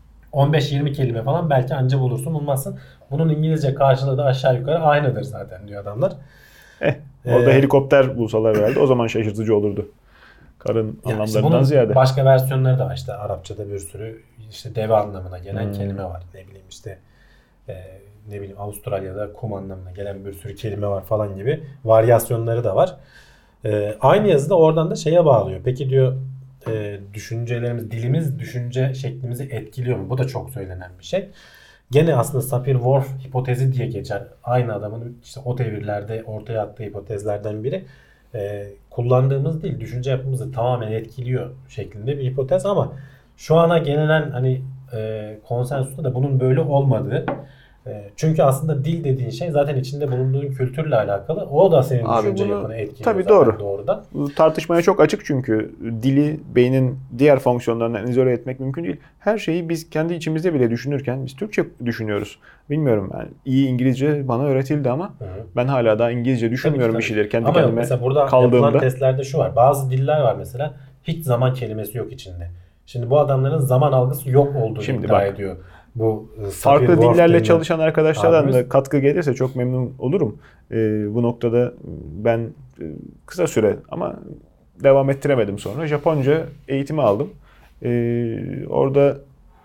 on beş yirmi kelime falan belki anca bulursun bulmazsın. Bunun İngilizce karşılığı da aşağı yukarı aynıdır zaten diyor adamlar. Eh, orada ee, helikopter bulsalar herhalde o zaman şaşırtıcı olurdu. Karın yani anlamlarından işte ziyade. Başka versiyonları da var. İşte Arapçada bir sürü işte deve anlamına gelen hmm. kelime var. Ne bileyim işte e, ne bileyim Avustralya'da kum anlamına gelen bir sürü kelime var falan gibi varyasyonları da var. E, aynı yazıda oradan da şeye bağlıyor. Peki diyor e, düşüncelerimiz, dilimiz düşünce şeklimizi etkiliyor mu? Bu da çok söylenen bir şey. Gene aslında Sapir-Whorf hipotezi diye geçer. Aynı adamın işte o devirlerde ortaya attığı hipotezlerden biri. Ee, kullandığımız dil düşünce yapımızı tamamen etkiliyor şeklinde bir hipotez ama şu ana gelinen hani e, konsensusta da bunun böyle olmadığı. E, çünkü aslında dil dediğin şey zaten içinde bulunduğun kültürle alakalı. O da senin Abi düşünce bunu, yapını etkiliyor tabii zaten doğru. doğrudan. Tartışmaya çok açık çünkü dili beynin diğer fonksiyonlarından izole etmek mümkün değil. Her şeyi biz kendi içimizde bile düşünürken biz Türkçe düşünüyoruz. Bilmiyorum yani iyi İngilizce bana öğretildi ama Hı-hı. ben hala daha İngilizce düşünmüyorum tabii, bir şeyleri kendi kendime mesela burada kaldığımda. Yapılan testlerde şu var. Bazı diller var mesela hiç zaman kelimesi yok içinde. Şimdi bu adamların zaman algısı yok olduğunu Şimdi iddia bak, ediyor. Bu e, farklı Sapir-Whorf dillerle denilen çalışan arkadaşlardan abimiz. da katkı gelirse çok memnun olurum. Ee, bu noktada ben e, kısa süre ama devam ettiremedim sonra. Japonca eğitimi aldım. Ee, orada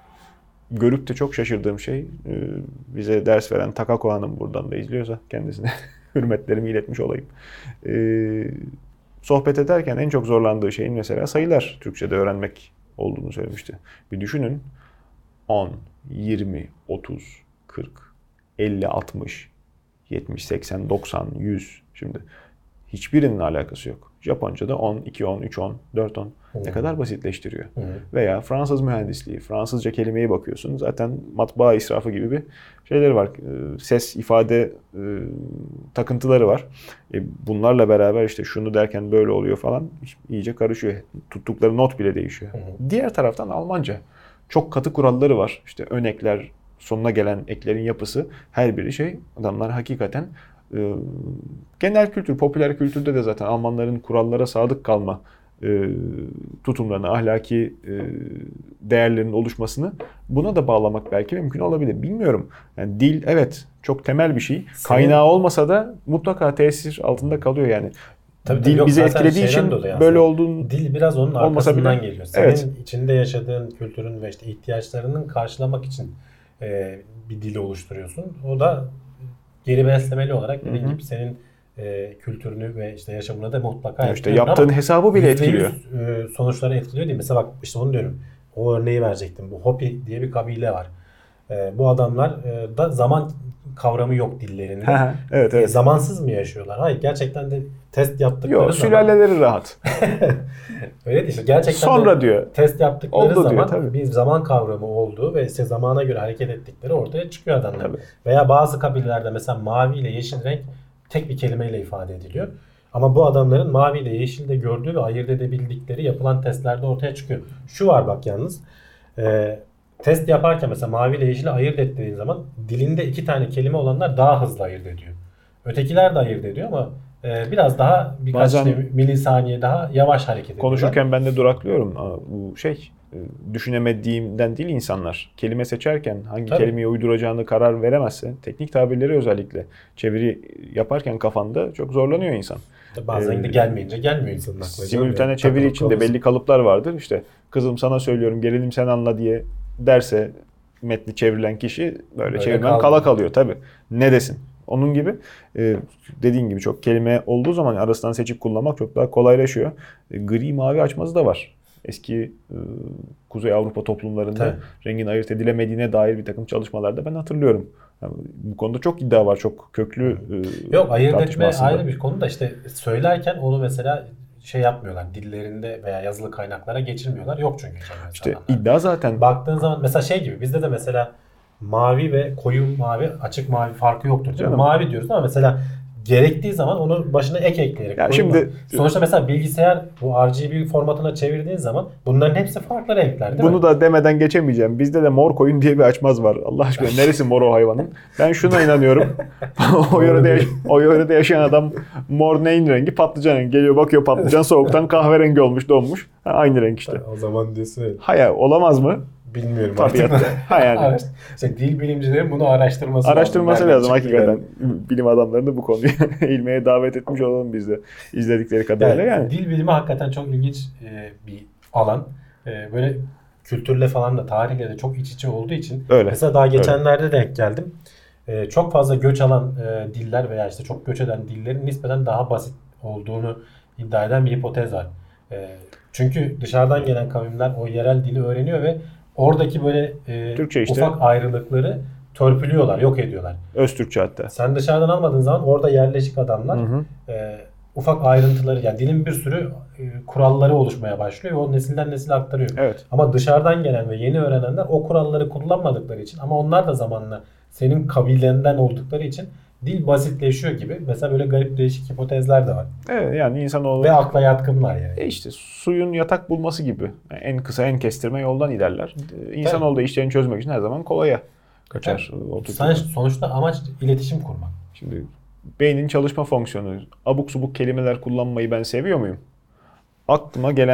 görüp de çok şaşırdığım şey, e, bize ders veren Takako Hanım buradan da izliyorsa kendisine hürmetlerimi iletmiş olayım. Ee, sohbet ederken en çok zorlandığı şeyin mesela sayılar Türkçe'de öğrenmek olduğunu söylemişti. Bir düşünün, on, yirmi, otuz, kırk, elli, altmış, yetmiş, seksen, doksan, yüz. Şimdi hiçbirinin alakası yok. Japonca'da on, iki on, üç on, dört on ne kadar basitleştiriyor. Hı. Veya Fransız mühendisliği, Fransızca kelimeye bakıyorsun. Zaten matbaa israfı gibi bir şeyleri var. Ses, ifade e, takıntıları var. E, bunlarla beraber işte şunu derken böyle oluyor falan, iyice karışıyor. Tuttukları not bile değişiyor. Hı. Diğer taraftan Almanca. Çok katı kuralları var. İşte ön ekler, sonuna gelen eklerin yapısı, her biri şey. Adamlar hakikaten e, genel kültür, popüler kültürde de zaten Almanların kurallara sadık kalma e, tutumlarını, ahlaki e, değerlerin oluşmasını buna da bağlamak belki mümkün olabilir. Bilmiyorum. Yani dil evet çok temel bir şey. Kaynağı olmasa da mutlaka tesir altında kalıyor yani. Tabii, Dil yok, bizi zaten etkilediği şeyden için dolayı böyle aslında. olduğunu Dil biraz onun olmasa arkasından bile- geliyor. Senin Evet. içinde yaşadığın kültürün ve işte ihtiyaçlarının karşılamak için e, bir dili oluşturuyorsun. O da geri beslemeli olarak dediğin Hı hı. gibi senin e, kültürünü ve işte yaşamını da mutlaka işte etkiliyor. yaptığın Ama hesabı bile yüzde yüz, etkiliyor. e, sonuçları etkiliyor değil mi? Mesela bak işte onu diyorum. O örneği verecektim. Bu Hopi diye bir kabile var. E, bu adamlar e, da zaman kavramı yok dillerinde. Evet E, evet. zamansız mı yaşıyorlar? Hayır, gerçekten de test yaptıkları Yok, zaman sülaleleri rahat. öyle değil mi? Gerçekten Sonra de diyor. test yaptıkları Oldu diyor, zaman tabii. bir zaman kavramı olduğu ve işte zamana göre hareket ettikleri ortaya çıkıyor adamlar. Tabii. Veya bazı kabilelerde mesela mavi ile yeşil renk tek bir kelimeyle ifade ediliyor. Ama bu adamların mavi ile yeşil de gördüğü ve ayırt edebildikleri yapılan testlerde ortaya çıkıyor. Şu var bak yalnız. E, test yaparken mesela mavi ile yeşili ayırt ettiğin zaman dilinde iki tane kelime olanlar daha hızlı ayırt ediyor. Ötekiler de ayırt ediyor ama e, biraz daha birkaç Bazen- işte milisaniye daha yavaş hareket ediyorlar. Konuşurken ben de duraklıyorum. Aa, bu şey, e, düşünemediğimden değil insanlar. Kelime seçerken hangi Tabii. kelimeyi uyduracağını karar veremezse, teknik tabirleri özellikle çeviri yaparken kafanda çok zorlanıyor insan. Bazen Ee, de gelmeyince gelmiyor insanın aklına. Simültane çeviri için de belli kalıplar vardır. İşte kızım sana söylüyorum, gelelim sen anla diye derse metni çevrilen kişi böyle, Böyle çevirmen kaldı. kala kalıyor tabii. Ne desin? Onun gibi e, dediğin gibi çok kelime olduğu zaman arasından seçip kullanmak çok daha kolaylaşıyor. E, gri mavi açmazı da var. Eski e, Kuzey Avrupa toplumlarında Tabii. rengin ayırt edilemediğine dair bir takım çalışmalarda ben hatırlıyorum. Yani bu konuda çok iddia var, çok köklü e, Yok, ayırt tartışma etme aslında. ayrı bir konu da işte söylerken onu mesela şey yapmıyorlar. Dillerinde veya yazılı kaynaklara geçirmiyorlar. Yok çünkü. İşte insanlarda. iddia zaten. Baktığın zaman mesela şey gibi bizde de mesela mavi ve koyu mavi, açık mavi farkı yoktur değil mi? Canım. Mavi diyoruz ama mesela gerektiği zaman onun başına ek ekleyerek. Ya koyu şimdi- mavi. Sonuçta mesela bilgisayar bu R G B formatına çevirdiğin zaman bunların hepsi farklı renkler değil Bunu mi? da demeden geçemeyeceğim. Bizde de mor koyun diye bir açmaz var. Allah aşkına neresi mor o hayvanın? Ben şuna inanıyorum. o yörede yaş- o yörede yaşayan adam mor neyin rengi? Patlıcan rengi. Geliyor bakıyor patlıcan soğuktan kahverengi olmuş, donmuş. Ha, aynı renk işte. O zaman diyorsun öyle. Hayır, olamaz mı? Bilmiyorum Tabiatta. artık. Ha yani. Araştır- İşte dil bilimcilerin bunu araştırması Araştırması Nereden lazım çıktı hakikaten. yani? Bilim adamlarını bu konuyu eğilmeye davet etmiş olalım biz de. İzledikleri kadarıyla Yani yani. dil bilimi hakikaten çok ilginç e, bir alan. E, böyle kültürle falan da tarihle de çok iç içe olduğu için. Öyle. Mesela daha geçenlerde denk geldim. E, çok fazla göç alan e, diller veya işte çok göç eden dillerin nispeten daha basit olduğunu iddia eden bir hipotez var. E, çünkü dışarıdan gelen kavimler o yerel dili öğreniyor ve oradaki böyle e, Türkçe işte. ufak ayrılıkları törpülüyorlar, yok ediyorlar. Öztürkçe hatta. Sen dışarıdan almadığın zaman orada yerleşik adamlar Hı hı. e, ufak ayrıntıları, yani dilin bir sürü e, kuralları oluşmaya başlıyor ve o nesilden nesile aktarıyor. Evet. Ama dışarıdan gelen ve yeni öğrenenler o kuralları kullanmadıkları için, ama onlar da zamanla senin kabilenden oldukları için dil basitleşiyor gibi. Mesela böyle garip değişik hipotezler de var. Evet yani insanoğlu... Ve akla yatkınlar yani. E işte suyun yatak bulması gibi. Yani en kısa en kestirme yoldan ilerler. E, İnsanoğlu da işlerini çözmek için her zaman kolaya kaçar. Sen sonuçta amaç iletişim kurmak. Şimdi beynin çalışma fonksiyonu, abuk subuk kelimeler kullanmayı ben seviyor muyum? Aklıma gelen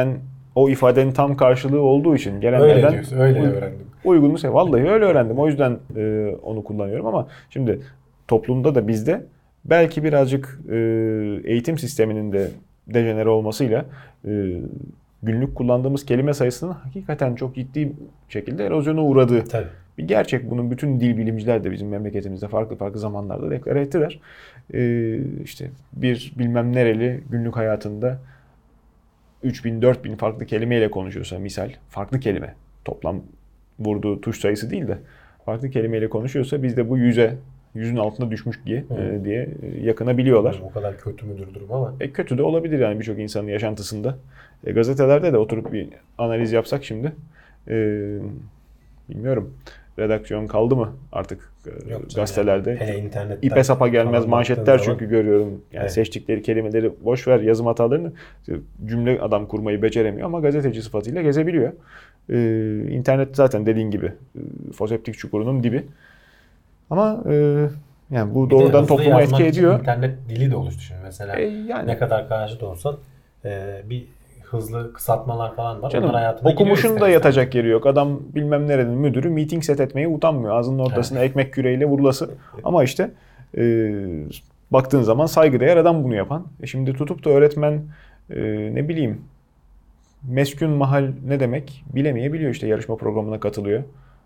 o ifadenin tam karşılığı olduğu için Öyle gelenlerden diyorsun. Öyle uy- öğrendim. uygununu sev. Vallahi öyle öğrendim. O yüzden e, onu kullanıyorum ama şimdi toplumda da bizde belki birazcık e, eğitim sisteminin de dejenere olmasıyla e, günlük kullandığımız kelime sayısının hakikaten çok ciddi şekilde erozyona uğradığı Tabii. bir gerçek. Bunun bütün dil bilimciler de bizim memleketimizde farklı farklı zamanlarda deklare ettiler. E, işte bir bilmem nereli günlük hayatında üç bin dört bin farklı kelimeyle konuşuyorsa misal, farklı kelime, toplam vurduğu tuş sayısı değil de farklı kelimeyle konuşuyorsa biz de bu yüze, yüzün altına düşmüş diye e, diye yakınabiliyorlar. O kadar kötü müdür durum ama. E, kötü de olabilir yani birçok insanın yaşantısında. E, gazetelerde de oturup bir analiz yapsak şimdi e, bilmiyorum. Redaksiyon kaldı mı artık e, Yok canım gazetelerde? yani. Hele internetten İpe sapa gelmez falan manşetler baktığın çünkü zaman- görüyorum. Yani Evet. seçtikleri kelimeleri boş ver, yazım hatalarını cümle adam kurmayı beceremiyor ama gazeteci sıfatıyla gezebiliyor. Ee, internet zaten dediğin gibi e, foseptik çukurunun dibi. Ama e, yani bu Bir de doğrudan hızlı topluma yazmak etki için ediyor. İnternet dili de oluştu şimdi mesela. E, yani Ne kadar karşıt olsan e, bir hızlı kısaltmalar falan var. canım Onlar hayatına giriyor okumuşun ister da istemez. yatacak yeri yok. Adam bilmem nerenin müdürü meeting set etmeye utanmıyor. Ağzının ortasına ekmek küreğiyle vurulası. Ama işte e, baktığın zaman saygıdeğer adam bunu yapan. E şimdi tutup da öğretmen e, ne bileyim meskun mahal ne demek bilemeyebiliyor işte yarışma programına katılıyor.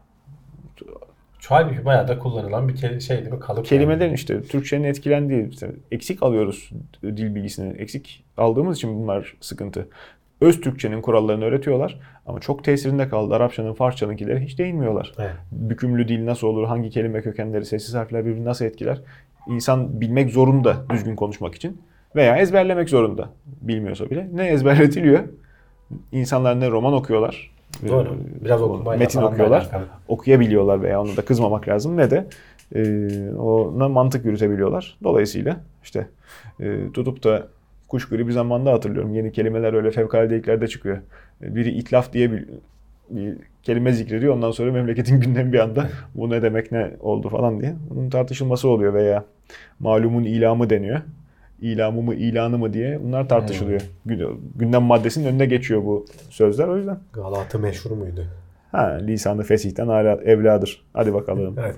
Şu halbuki bayağı da kullanılan bir ke- şey değil mi? Kalıp Kelimelerin yani. işte Türkçenin etkilendiği işte eksik alıyoruz dil bilgisini. Eksik aldığımız için bunlar sıkıntı. Öz Türkçenin kurallarını öğretiyorlar ama çok tesirinde kaldı. Arapçanın, Farsçanınkileri hiç değinmiyorlar. Evet. Bükümlü dil nasıl olur, hangi kelime kökenleri, sessiz harfler birbirini nasıl etkiler? İnsan bilmek zorunda düzgün konuşmak için veya ezberlemek zorunda bilmiyorsa bile. Ne ezberletiliyor? İnsanlar ne roman okuyorlar, Doğru. e, Biraz okumayla metin falan da okuyorlar, alakalı. okuyabiliyorlar veya onu da kızmamak lazım ne de e, ona mantık yürütebiliyorlar. Dolayısıyla işte e, tutup da kuş gribi zamanında hatırlıyorum. Yeni kelimeler öyle fevkaladeliklerde çıkıyor. E, Biri itlaf diye bir, bir kelime zikrediyor. Ondan sonra memleketin gündemi bir anda bu ne demek ne oldu falan diye. Bunun tartışılması oluyor veya malumun ilamı deniyor. İlamı mı ilanı mı diye bunlar tartışılıyor. Gün- Gündem maddesinin önüne geçiyor bu sözler o yüzden. Galatı meşhur muydu? Ha, lisanı fesihten hala evladır. Hadi bakalım. Evet.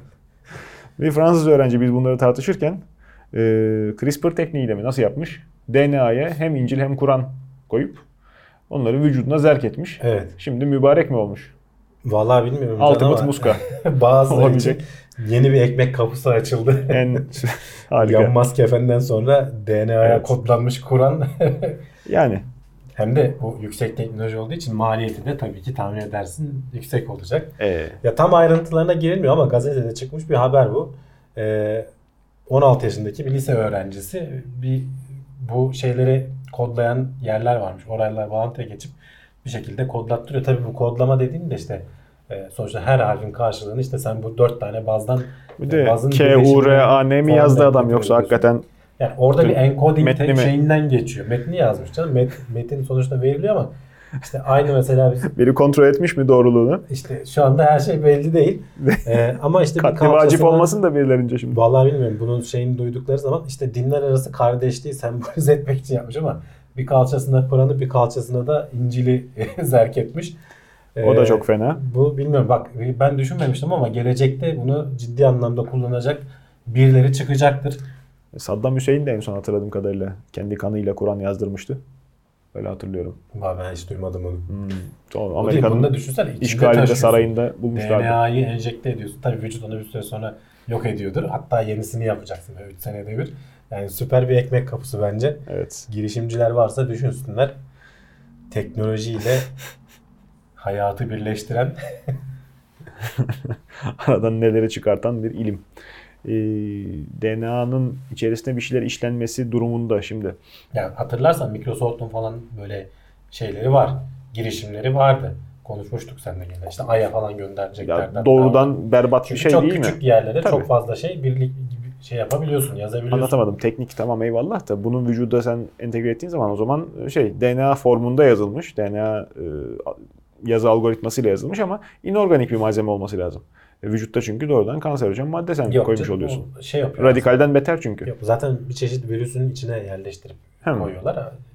Bir Fransız öğrenci biz bunları tartışırken e, CRISPR tekniğiyle mi nasıl yapmış? D N A'ya hem İncil hem Kur'an koyup onları vücuduna zerk etmiş. Evet. Şimdi mübarek mi olmuş? Vallahi bilmiyorum. Ultimate ama muska. bazıları için Olabilecek. yeni bir ekmek kapısı açıldı. En harika. Yanmaz kefenden sonra D N A'ya Evet. kodlanmış Kur'an. Yani Hem de bu yüksek teknoloji olduğu için maliyeti de tabii ki tahmin edersin yüksek olacak. e, Ya tam ayrıntılarına girilmiyor ama gazetede çıkmış bir haber bu. Ee, on altı yaşındaki bir lise öğrencisi bir bu şeyleri kodlayan yerler varmış. Orayla bağlantıya geçip bir şekilde kodlattırıyor. Tabii bu kodlama dediğim de işte e, sonuçta her harfin karşılığını işte sen bu dört tane bazdan bir de bazın K, U, R, A, N mi birleşimini yazdı formülden adam yoksa getiriyorsun. hakikaten Yani orada bir Bütün encoding metni te- mi? şeyinden geçiyor. Metni yazmış canım. Met, metin sonuçta veriliyor ama işte aynı mesela biz biri kontrol etmiş mi doğruluğunu? işte şu anda her şey belli değil. Ee, ama işte bir Katli vacip kalçasına- olmasın da birilerince şimdi. Vallahi bilmiyorum. Bunun şeyini duydukları zaman işte dinler arası kardeşliği sembolize etmek için yapmış ama bir kalçasına Kur'an'ı bir kalçasına da İncil'i zerk etmiş. O da Ee, çok fena. Bu bilmiyorum bak ben düşünmemiştim ama gelecekte bunu ciddi anlamda kullanacak birileri çıkacaktır. Saddam Hüseyin de en son hatırladığım kadarıyla kendi kanıyla Kur'an yazdırmıştı. Öyle hatırlıyorum. Vallahi ben hiç duymadım onu. Hmm. O O değil, Amerika'nın bunu da düşünsene. içinde işgalinde taşıyorsun. sarayında bulmuşlardı. D N A'yı enjekte ediyorsun. Tabii vücut onu bir süre sonra yok ediyordur. Hatta yenisini yapacaksın üç senede bir. Yani süper bir ekmek kapısı bence. Evet. Girişimciler varsa düşünsünler. Teknolojiyle hayatı birleştiren Aradan neleri çıkartan bir ilim. Ee, D N A'nın içerisinde bir şeyler işlenmesi durumunda şimdi. yani hatırlarsan Microsoft'un falan böyle şeyleri var. Girişimleri vardı. Konuşmuştuk seninle gene. İşte Ay'a falan gönderecekler. Ya doğrudan berbat bir Çünkü şey çok değil küçük mi? yerlere Tabii. çok fazla şey birlik şey yapabiliyorsun, yazabiliyorsun. Anlatamadım. Teknik tamam eyvallah da bunun vücuda sen entegre ettiğin zaman o zaman şey D N A formunda yazılmış. D N A e, yazı algoritmasıyla yazılmış ama inorganik bir malzeme olması lazım. E, vücutta çünkü doğrudan kanserojen madde sen Yok, koymuş canım, oluyorsun. o şey yapıyor. Radikalden beter çünkü. Yok, zaten bir çeşit virüsün içine yerleştirip Hem. koyuyorlar.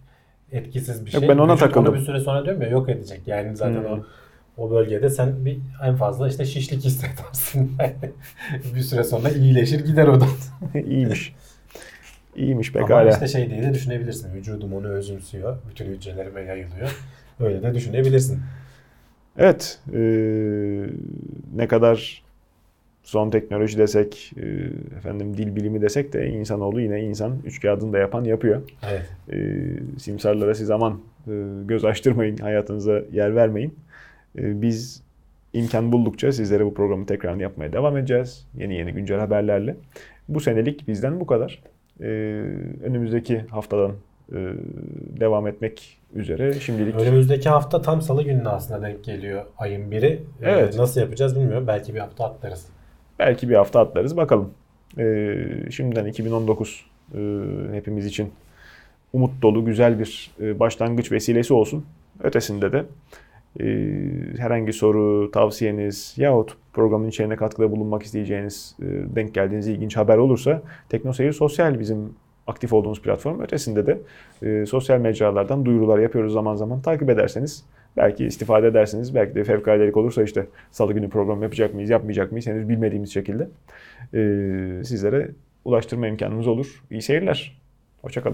etkisiz bir Yok, şey. ben ona Vücut takıldım. onu bir süre sonra diyorum ya yok edecek. Yani zaten Hmm. o o bölgede sen bir en fazla işte şişlik hissedersin. bir süre sonra iyileşir gider o da. İyiymiş. İyiymiş Ama pekala. işte şey diye de düşünebilirsin. Vücudum onu özümsüyor. Bütün hücrelerime yayılıyor. Öyle de düşünebilirsin. Evet. e, ne kadar son teknoloji desek, e, efendim dil bilimi desek de insanoğlu yine insan. Üç kağıdını da yapan yapıyor. Evet. E, simsarlara siz aman e, göz açtırmayın, hayatınıza yer vermeyin. E, biz imkan buldukça sizlere bu programı tekrar yapmaya devam edeceğiz. Yeni yeni güncel haberlerle. Bu senelik bizden bu kadar. E, önümüzdeki haftadan e, devam etmek üzere. Şimdilik Önümüzdeki hafta tam salı gününe aslında denk geliyor ayın biri. Evet. Ee, nasıl yapacağız bilmiyorum. Belki bir hafta atlarız. belki bir hafta atlarız bakalım. E, şimdiden iki bin on dokuz e, hepimiz için umut dolu güzel bir e, başlangıç vesilesi olsun. Ötesinde de e, herhangi soru, tavsiyeniz yahut programın içeriğine katkıda bulunmak isteyeceğiniz, e, denk geldiğiniz ilginç haber olursa TeknoSeyir Sosyal bizim aktif olduğumuz platform. Ötesinde de e, sosyal mecralardan duyurular yapıyoruz zaman zaman. Takip ederseniz belki istifade edersiniz. Belki de fevkaladelik olursa işte salı günü program yapacak mıyız, yapmayacak mıyız henüz bilmediğimiz şekilde e, sizlere ulaştırma imkanımız olur. İyi seyirler. Hoşça kalın.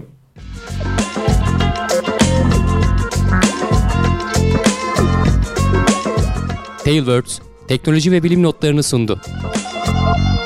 Tailwords, teknoloji ve bilim notlarını sundu.